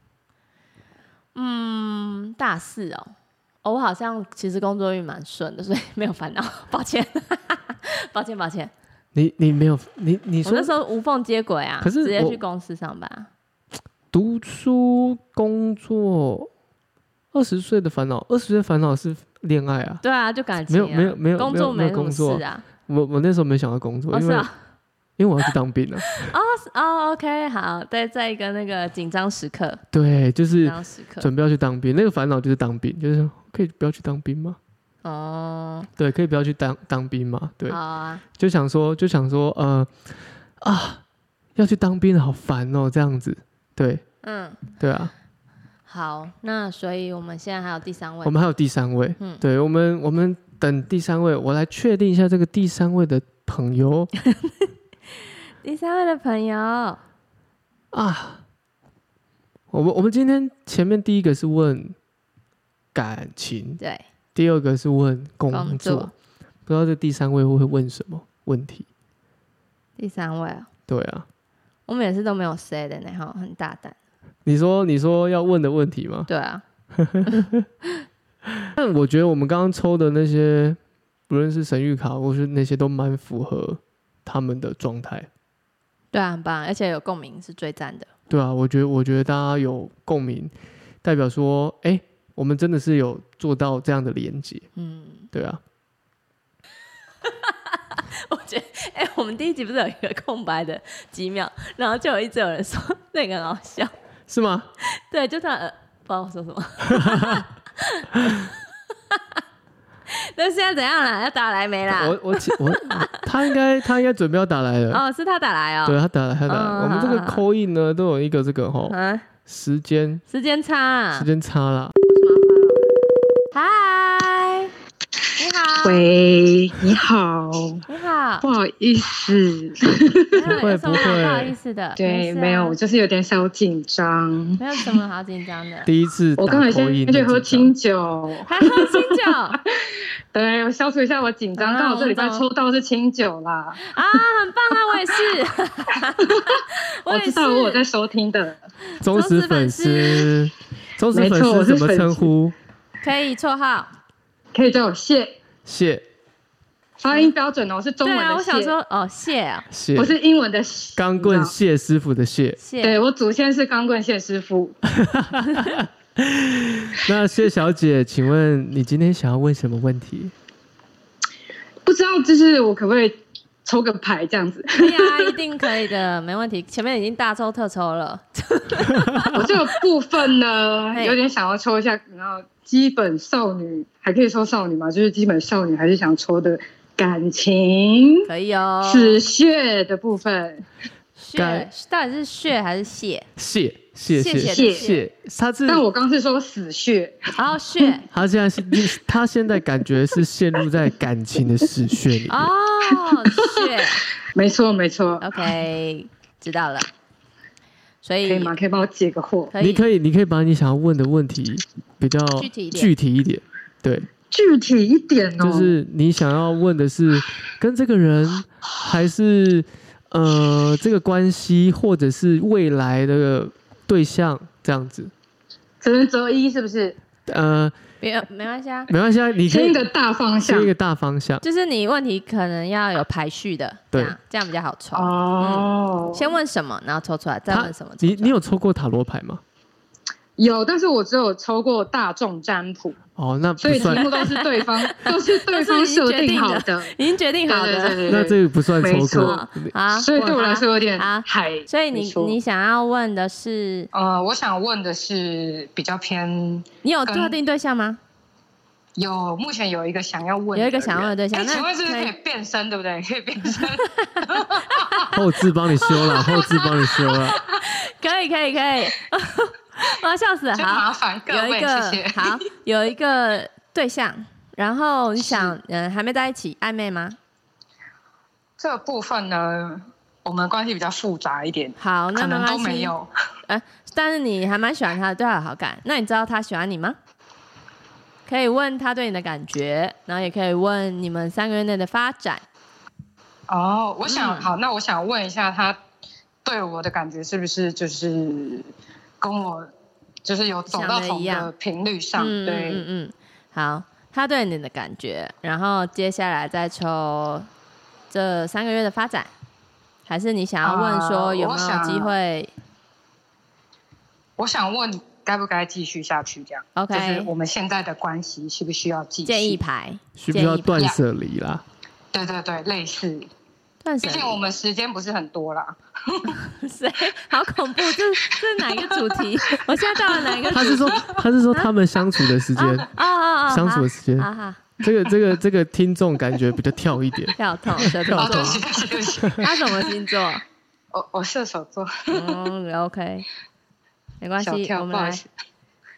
大4哦。我好像其实工作运蛮顺的，所以没有烦恼。抱歉，抱歉。 你没有你说我那时候无缝接轨啊， 可是直接去公司上班。 读书工作，20岁的烦恼，20岁的烦恼是恋爱啊。 对啊，就感情啊。 没有工作没有工作啊。 我那时候没想到工作，因为我要去当兵了。 OK， 好，在一个那个紧张时刻， 对，就是准备要去当兵，那个烦恼就是当兵，就是可以不要去当兵吗？对，可以不要去当兵吗？对， 好啊， 就想说，要去当兵好烦哦，这样子，对，对啊， 好，那所以我们现在还有第3位。 我们还有第3位，对，我们等第3位，我来确定一下这个第3位的朋友。 第3位的朋友啊，我们今天前面第一个是问感情， 对， 第2个是问工作，不知道这第3位会问什么问题？ 第3位啊？ 对啊， 我每次都没有 say 的呢，很大胆。 你说要问的问题吗？ 对啊。 但我觉得我们刚刚抽的那些，不论是神谕卡或是那些，都蛮符合他们的状态。 对啊，很棒，而且有共鸣是最赞的。 对啊，我觉得大家有共鸣，代表说，我们真的是有做到这样的连结。对啊。 我觉得，我们第1集不是有一个空白的几秒，然后就一直有人说那个很好笑， 是吗？ 对，就他不知道我说什么。那现在怎样啦？要打来没啦？ 他应该准备要打来了。 哦，是他打来哦。 对，他打来。我们这个 call in 呢，都有一个这个时间差啦。 嗨，你好。 喂，你好。 你好。 不好意思。 不会。 不好意思的。 对，没有，我就是有点小紧张。 没有什么好紧张的。 第一次打 call in， 我刚才先去喝清酒。 还喝清酒？ 对，我消除一下我紧张。刚好这礼拜抽到是清酒啦。 啊，很棒啊！我也是。 我知道我有在收听的忠实粉丝。忠实粉丝怎么称呼？ 可以绰号。 可以叫我谢。发音标准哦，是中文的谢。 对啊，我想说谢啊， 我是英文的钢棍谢师傅的谢。 对，我祖先是钢棍谢师傅。 那谢小姐，请问你今天想要问什么问题？ 不知道，就是我可不可以抽个牌这样子？ 可以啊，一定可以的，没问题。前面已经大抽特抽了。 我这个部分呢，有点想要抽一下，然后基本少女还可以抽少女吗？就是基本少女还是想抽的感情， 可以哦。 是血的部分。 血到底是血还是蟹？ 蟹，他是。 但我刚是说死穴。 然后血， 他现在感觉是陷入在感情的死穴里面。 哦，血， 没错。 OK， 知道了。所以可以吗？可以帮我解个惑？ 你可以把你想要问的问题比较具体一点。对， 具体一点哦。 就是你想要问的是跟这个人，还是这个关系，或者是未来的对象这样子？ 只能择一，是不是？ 没关系啊， 你可以先一个大方向， 就是你问题可能要有排序的，对，这样比较好抽。哦，先问什么，然后抽出来，再问什么。 你有抽过塔罗牌吗？ 有，但是我只有抽过大众占卜。 哦，那不算，所以题目都是对方设定好的， 已经决定好的。 对， 那这个不算抽过啊， 所以对我来说有点海。 所以你想要问的是？ 我想问的是比较偏。 你有特定对象吗？ 有，目前有一个想要问的， 有一个想要问的对象。 请问是不是可以变身，对不对？可以变身。 后置帮你修了。可以。我要笑死了。好， 麻烦各位，谢谢。 好，有一个对象，然后你想，还没在一起，暧昧吗？ 这个部分呢，我们关系比较复杂一点。 好，那可能都没有。 但是你还蛮喜欢他的，对他有好感。那你知道他喜欢你吗？可以问他对你的感觉，然后也可以问你们3个月内的发展。 哦，好，那我想问一下，他对我的感觉是不是就是跟我就是有走到同的频率上？对， 好，他对你的感觉，然后接下来再抽这3个月的发展，还是你想要问说有没有机会？ 我想问该不该继续下去？这样 ，OK， 就是我们现在的关系需不需要继续？ 建议牌需不需要断舍离啦？ 对，类似。毕竟我们时间不是很多啦。 好恐怖！这是哪一个主题？我现在到了哪一个主题？ 他是说他们相处的时间相处的时间。这个听众感觉比较跳一点， 跳痛。他什么星座？ 我射手座。 OK， 没关系，我们来。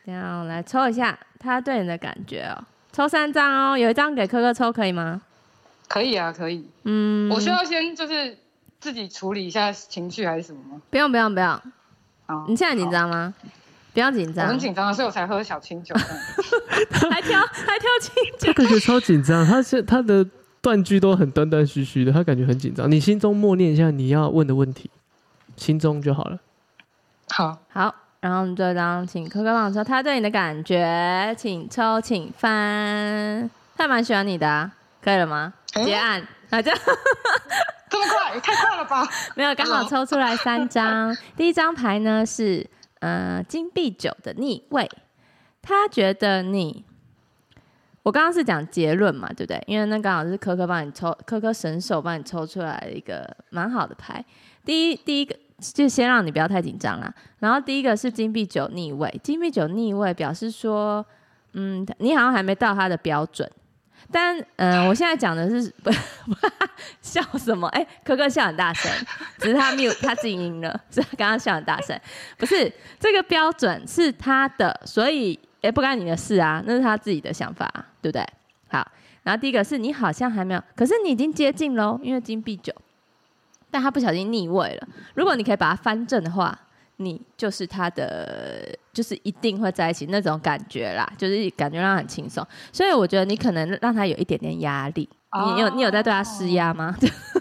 这样我来抽一下他对你的感觉哦，抽3张哦，有一张给柯柯抽可以吗？ 可以啊，可以。我需要先就是自己处理一下情绪还是什么吗？ 不用。你现在紧张吗？不要紧张。 我很紧张，所以我才喝小清酒。 还挑清酒。 他感觉超紧张，他的断句都很断断续续的，他感觉很紧张。你心中默念一下你要问的问题，心中就好了。 好，然后我们这张请柯柯帮我抽他对你的感觉，请抽，请翻。他蛮喜欢你的啊，可以了吗？结案。这样这么快，也太快了吧？ 没有，刚好抽出来3张。第一张牌呢是金币9的逆位，他觉得你。我刚刚是讲结论嘛，对不对？因为那刚好是柯柯帮你抽，柯柯神手帮你抽出来的一个蛮好的牌。第一个就先让你不要太紧张啦。然后第一个是金币9逆位，金币9逆位表示说，你好像还没到他的标准。但我现在讲的是笑什么？柯柯笑很大声，只是他mute他静音了，所以他刚刚笑很大声。不是这个标准是他的，所以不干你的事啊，那是他自己的想法，对不对？好，然后第一个是你好像还没有，可是你已经接近咯，因为金币9，但他不小心逆位了。如果你可以把它翻正的话，你就是他的，就是一定会在一起那种感觉啦，就是感觉让他很轻松。所以我觉得你可能让他有一点点压力。你有在对他施压吗？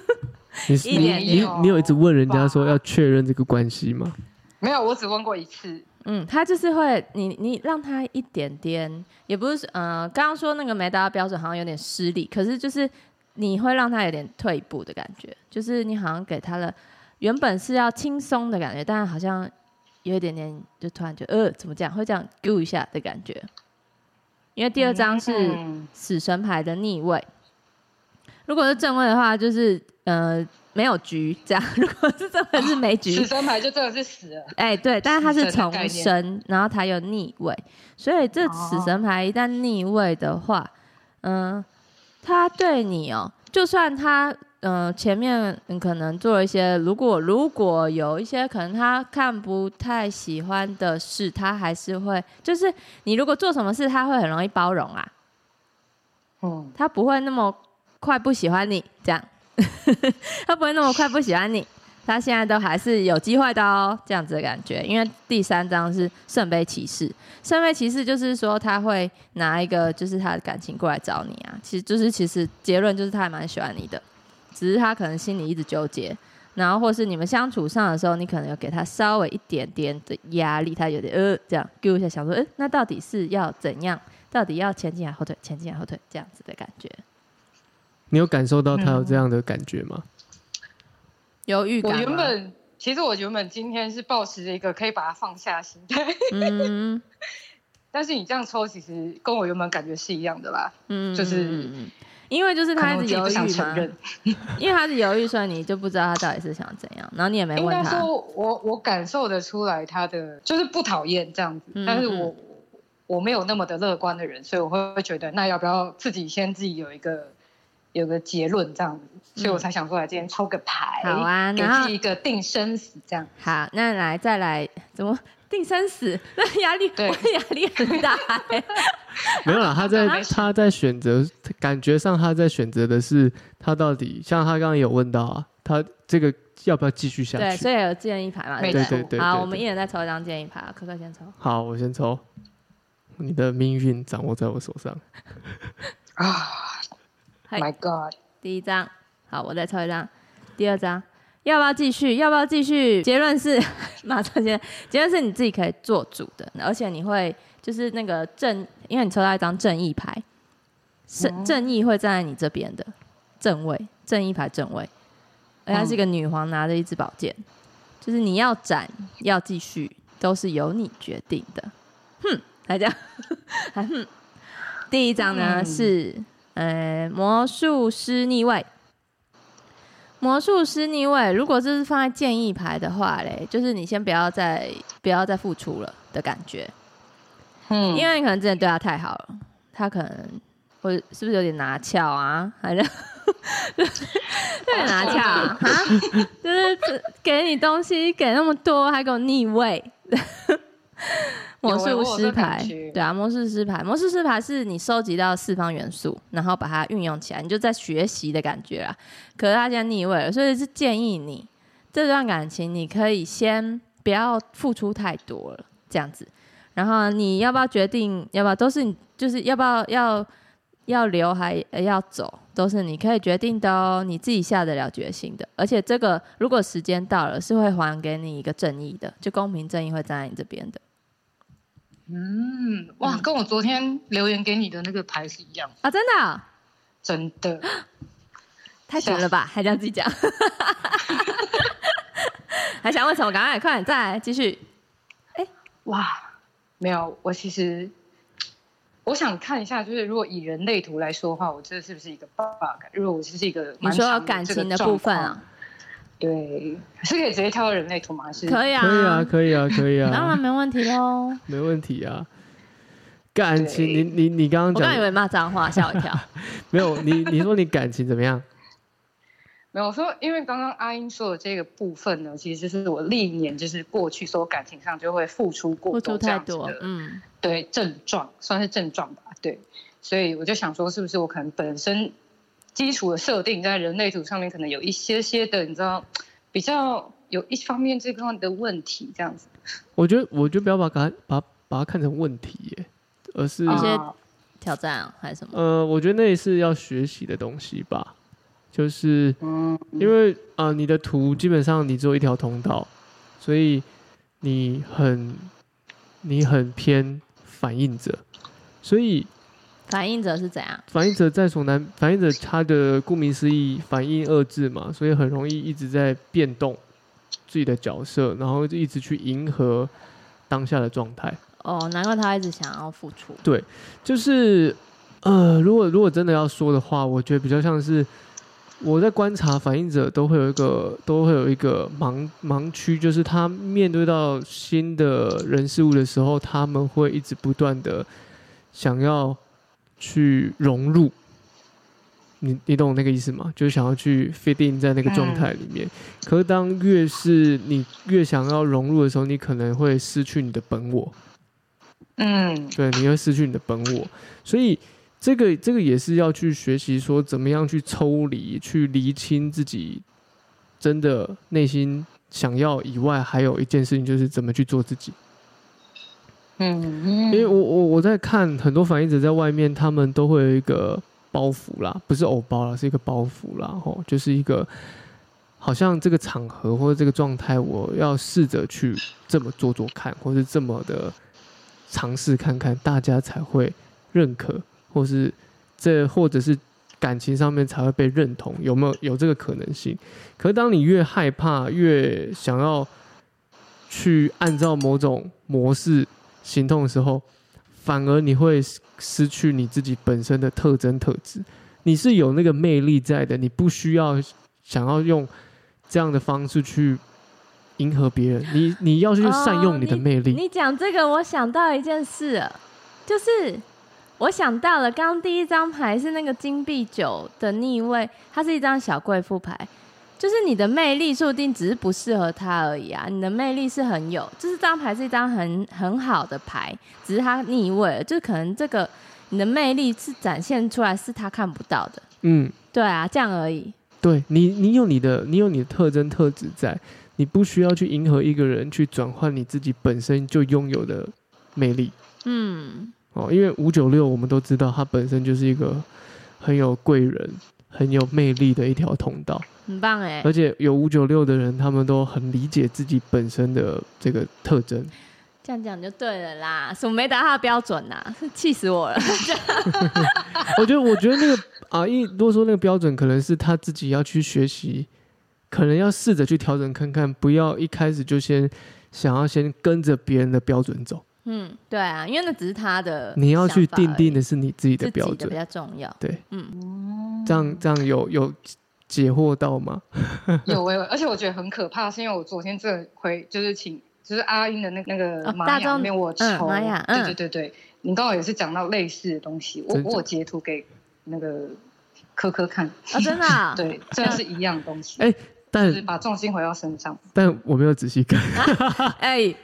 你有一直问人家说要确认这个关系吗？ 没有，我只问过1次。 他就是会你让他一点点，也不是刚刚说那个没达到标准好像有点失礼，可是就是你会让他有点退步的感觉，就是你好像给他了原本是要轻松的感觉，但好像有一点点就突然就怎么这样，会这样丢一下的感觉。因为第2张是死神牌的逆位，如果是正位的话就是没有局这样，如果是正位是没局， 死神牌就真的是死了。 对，但是它是重生，然后它有逆位，所以这死神牌一旦逆位的话，他对你就算他前面可能做了一些，如果有一些可能他看不太喜欢的事，他还是会，就是你如果做什么事，他会很容易包容啊。他不会那么快不喜欢你这样。他不会那么快不喜欢你，他现在都还是有机会的哦，这样子的感觉。因为第3张是圣杯骑士，圣杯骑士就是说他会拿一个就是他的感情过来找你啊，其实结论就是他还蛮喜欢你的，只是他可能心里一直纠结，然后或是你们相处上的时候，你可能有给他稍微一点点的压力，他有点这样丢一下，想说那到底是要怎样？到底要前进还后退？前进还后退？这样子的感觉。 你有感受到他有这样的感觉吗？ 有预感吗？ 我原本今天是抱持着一个可以把它放下的心态，但是你这样抽，其实跟我原本感觉是一样的啦。就是因为就是他一直犹豫嘛，因为他是犹豫，所以你就不知道他到底是想怎样，然后你也没问他。 应该说我感受得出来他的就是不讨厌这样子，但是我没有那么的乐观的人，所以我会觉得那要不要自己有个结论这样子，所以我才想说来今天抽个牌， 好啊， 给自己一个定生死这样。 好，那再来怎么定生死？那压力很大。 没有啦，他在选择，感觉上他在选择的是他到底像他刚刚有问到啊，他这个要不要继续下去？ 对，所以有建议牌嘛，对不对？好，我们一人再抽一张建议牌，柯柯先抽。 好，我先抽。你的命运掌握在我手上。 My God！ 第1张，好，我再抽一张。第2张，要不要继续？要不要继续？结论是，马上结论是你自己可以做主的，而且你会就是那个因为你抽到一张正义牌，正义会站在你这边的正位，正义牌正位，而它是一个女皇拿着一支宝剑，就是你要斩要继续，都是由你决定的。来这样，第1张呢是。魔术师逆位，魔术师逆位，如果这是放在建议牌的话嘞，就是你先不要再付出了的感觉，因为你可能真的对他太好了，他可能或者是不是有点拿翘啊，还是有点拿翘啊，就是给你东西给那么多，还给我逆位。 魔术师牌，对啊，魔术师牌是你收集到4方元素，然后把它运用起来，你就在学习的感觉啦。可是他现在逆位了，所以是建议你这段感情你可以先不要付出太多了，这样子。然后你要不要决定，要不要都是你，就是要不要留还要走，都是你可以决定的哦，你自己下得了决心的。而且这个如果时间到了，是会还给你一个正义的，就公平正义会站在你这边的。 哇，跟我昨天留言给你的那个牌是一样啊，真的啊？ 真的， 太准了吧？还这样自己讲，还想问什么？赶快，快点，再来继续。 哇，没有，我其实我想看一下，就是如果以人类图来说的话，我这是不是一个 bug？ 如果我是一个你说感情的部分啊？ 对，是可以直接跳到人类图吗？还是可以啊， 可以啊， 当然没问题咯， 没问题啊。感情，你刚刚讲， 我刚以为骂脏话，吓我一跳。 没有，你说你感情怎么样？ 没有，我说因为刚刚阿英说的这个部分呢，其实就是我历年就是过去所有感情上就会付出过多这样子的，对，症状算是症状吧，对，所以我就想说，是不是我可能本身基础的设定在人类图上面可能有一些的，你知道，比较有一方面这方面的问题这样子。 我觉得不要把它看成问题耶，而是一些挑战还是什么？ 我觉得那也是要学习的东西吧。就是因为你的图基本上你只有一条通道，所以你很偏反应者，所以反应者是怎样？ 反应者在所难，反应者他的顾名思义反应遏制嘛，所以很容易一直在变动自己的角色，然后就一直去迎合当下的状态。 哦，难怪他一直想要付出。 对，就是如果真的要说的话，我觉得比较像是。我在观察反应者都会有一个盲区，就是他面对到新的人事物的时候，他们会一直不断的想要去融入。你懂那个意思吗？就是想要去 fit in 在那个状态里面。可是当你越想要融入的时候，你可能会失去你的本我。对，你会失去你的本我，所以。这个也是要去学习，说怎么样去抽离、去厘清自己真的内心想要以外，还有一件事情就是怎么去做自己。因为我在看很多反应者在外面，他们都会有一个包袱啦，不是偶包啦，是一个包袱啦，就是一个好像这个场合或者这个状态，我要试着去这么做看，或是这么的尝试看看，大家才会认可。或者是感情上面才会被认同，有这个可能性？可是当你越害怕，越想要去按照某种模式行动的时候，反而你会失去你自己本身的特征特质。你是有那个魅力在的，你不需要想要用这样的方式去迎合别人，你要去善用你的魅力。 你讲这个，我想到一件事，就是。我想到了，刚刚第一张牌是那个金币9的逆位，它是一张小贵妇牌，就是你的魅力说不定只是不适合他而已啊，你的魅力是很有，就是这张牌是一张很好的牌，只是它逆位了，就是可能这个你的魅力是展现出来是他看不到的，对啊，这样而已。 对，你有你的特征特质在，你不需要去迎合一个人去转换你自己本身就拥有的魅力。因为596我们都知道，它本身就是一个很有贵人、很有魅力的一条通道， 很棒哎！ 而且有596的人，他们都很理解自己本身的这个特征。 这样讲就对了啦，什么没达他的标准呐、啊，气死我了！ 我觉得那个如果说那个标准可能是他自己要去学习，可能要试着去调整看看，不要一开始就想要先跟着别人的标准走。 对啊，因为那只是他的， 你要去定的是你自己的标准， 自己的比较重要。 对，这样有解惑到吗？ 有而且我觉得很可怕，是因为我昨天就是阿英的那个玛雅里面我抽，玛雅，对，你刚好也是讲到类似的东西，我有截图给那个科看真的、啊， 对，这是一样东西。 就是把重心回到身上。 但我没有仔细看。 哎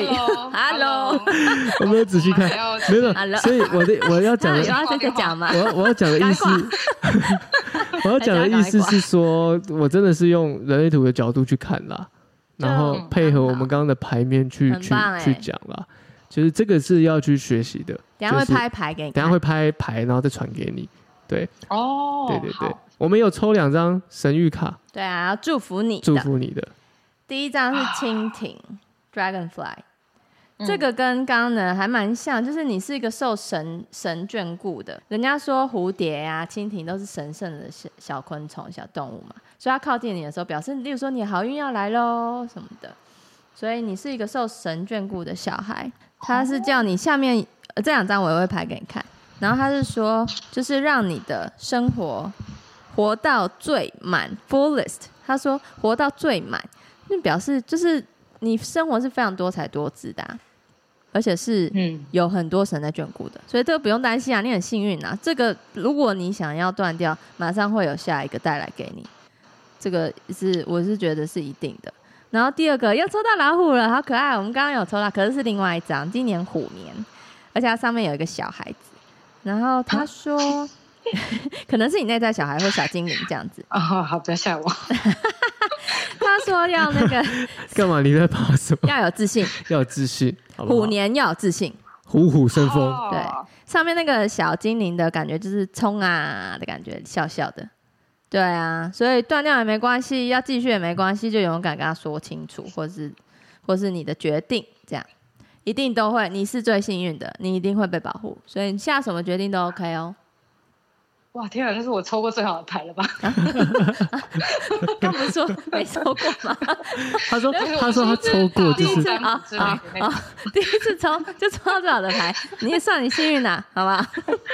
，Hello， 我没有仔细看，没有。所以我要讲的，我要讲的意思，我要讲的意思是说，我真的是用人类图的角度去看啦，然后配合我们刚刚的牌面去讲啦。就是这个是要去学习的。 等一下会拍牌给你看， 等一下会拍牌，然后再传给你。对，对，我们有抽2张神谕卡。 对啊，要祝福你的。 第一张是蜻蜓 Dragonfly，这个跟刚刚的还蛮像，就是你是一个受神眷顾的。人家说蝴蝶啊、蜻蜓都是神圣的小昆虫、小动物嘛，所以它靠近你的时候，表示例如说你好运要来咯什么的。所以你是一个受神眷顾的小孩。他是叫你下面这2张我也会拍给你看，然后他是说就是让你的生活活到最满 fullest， 他说活到最满，那表示就是你生活是非常多彩多姿的而且是有很多神在眷顾的，所以这个不用担心啊，你很幸运啊。这个如果你想要断掉，马上会有下一个带来给你，这个我是觉得是一定的。然后第2个又抽到老虎了，好可爱！我们刚刚有抽到，可是是另外一张，今年虎年，而且它上面有一个小孩子。然后他说，可能是你内在小孩或小精灵这样子。 好，不要吓我。 他说要那个干嘛？你在怕什么？ 要有自信， 要有自信。好不好？ 虎年要有自信， 虎虎生风。 对，上面那个小精灵的感觉就是冲啊的感觉，笑笑的。对啊，所以断掉也没关系，要继续也没关系，就勇敢跟他说清楚，或是你的决定，这样一定都会。你是最幸运的，你一定会被保护，所以你下什么决定都 OK 哦。 哇，天啊，那是我抽过最好的牌了吧？ 刚不是说没抽过吗？ 他说他抽过，就是第一次抽就抽到最好的牌，你也算你幸运啦，好吧？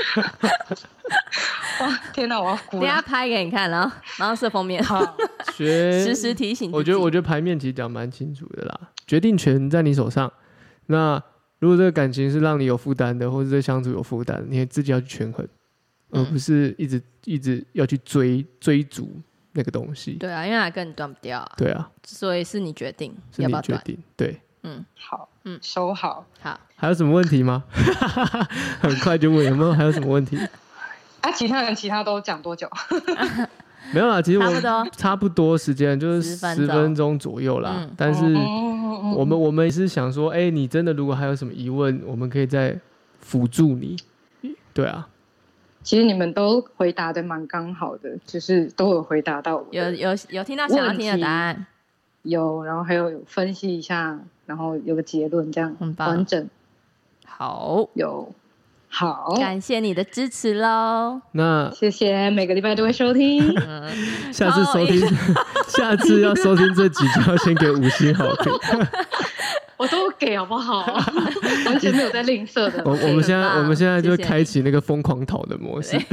哇，天哪，我要哭了！ 等一下拍给你看，然后设封面，时时提醒自己。 我觉得牌面其实讲蛮清楚的啦，决定权在你手上。那如果这个感情是让你有负担的，或者这相处有负担，你自己要去权衡。而不是一直要去追逐那个东西。对啊，因为它跟你断不掉啊。 对啊， 所以是你决定要不要断。对， 好，收好。 好， 还有什么问题吗？很快就问，有没有还有什么问题？ 其他都讲多久？ 没有啦，其实我差不多时间就是10分钟左右啦。但是我们也是想说，你真的如果还有什么疑问，我们可以再辅助你。对啊。 其实你们都回答的蛮刚好的，就是都有回答到我有听到想要听的答案， 有，然后还有分析一下，然后有个结论，这样很完整。 好， 好， 感谢你的支持咯。 那谢谢，每个礼拜都会收听。 下次要收听这集就要先给5星好评。 我都给好不好？完全没有在吝啬的。 我们现在就开启那个疯狂讨的模式。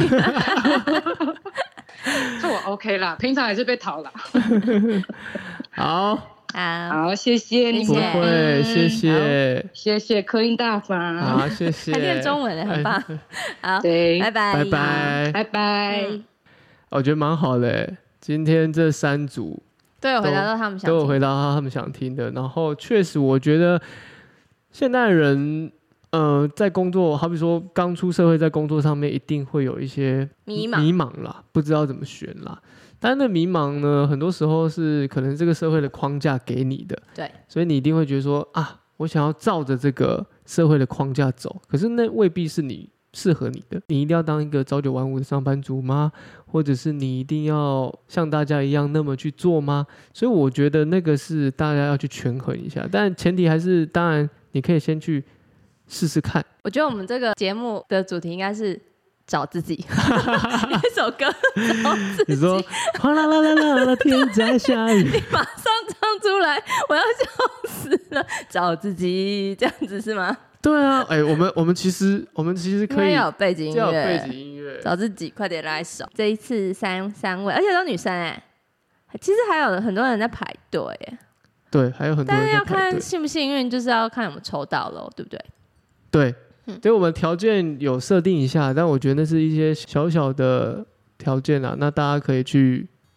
这我 OK 啦，平常也是被讨啦。 好， 谢谢你们。 不会， 谢谢科林大法。 好，谢谢。 还念中文，很棒。好， 对， 拜拜， 拜拜。 我觉得蛮好的，今天这3组。 都有回答到他们想听的，然后确实我觉得现代人在工作，好比说刚出社会，在工作上面一定会有一些迷茫啦，不知道怎么选啦。但那迷茫呢，很多时候是可能这个社会的框架给你的， 对， 所以你一定会觉得说我想要照着这个社会的框架走，可是那未必是你适合你的。你一定要当一个朝9晚5的上班族吗？或者是你一定要像大家一样那么去做吗？所以我觉得那个是大家要去权衡一下，但前提还是当然你可以先去试试看。 我觉得我们这个节目的主题应该是找自己。一首歌找自己。 你说哗啦啦啦啦啦，天在下雨。 你马上唱出来，我要笑死了。找自己这样子是吗？ 对啊，我们其实可以要有背景音乐， 找自己，快点来手。这一次三位，而且都女生其实还有很多人在排队对，还有很多人在排队。但是要看幸不幸运，就是要看有没有抽到咯，对不对？ 对，所以我们条件有设定一下，但我觉得那是一些小小的条件啊，那大家可以去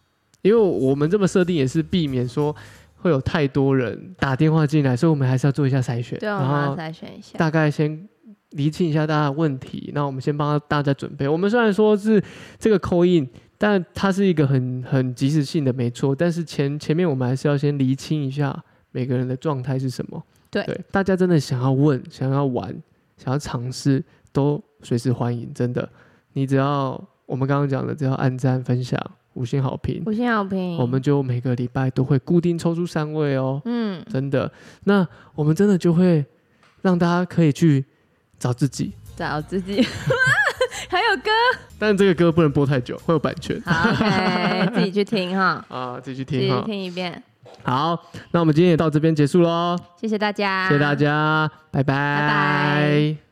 因为我们这么设定也是避免说会有太多人打电话进来，所以我们还是要做一下筛选， 对，我们要筛选一下， 大概先厘清一下大家的问题，那我们先帮大家准备。我们虽然说是这个 call in， 但它是一个很即时性的，没错。但是前面我们还是要先厘清一下每个人的状态是什么。 对， 大家真的想要问、想要玩、想要尝试，都随时欢迎。真的，你只要我们刚刚讲的，只要按赞、分享、5星好评，我们就每个礼拜都会固定抽出3位哦。真的，那我们真的就会让大家可以去找自己， 还有歌， 但这个歌不能播太久，会有版权。 好 ，OK， 自己去听哈。 自己去听哈， 自己听一遍。 好，那我们今天也到这边结束咯， 谢谢大家， 拜拜。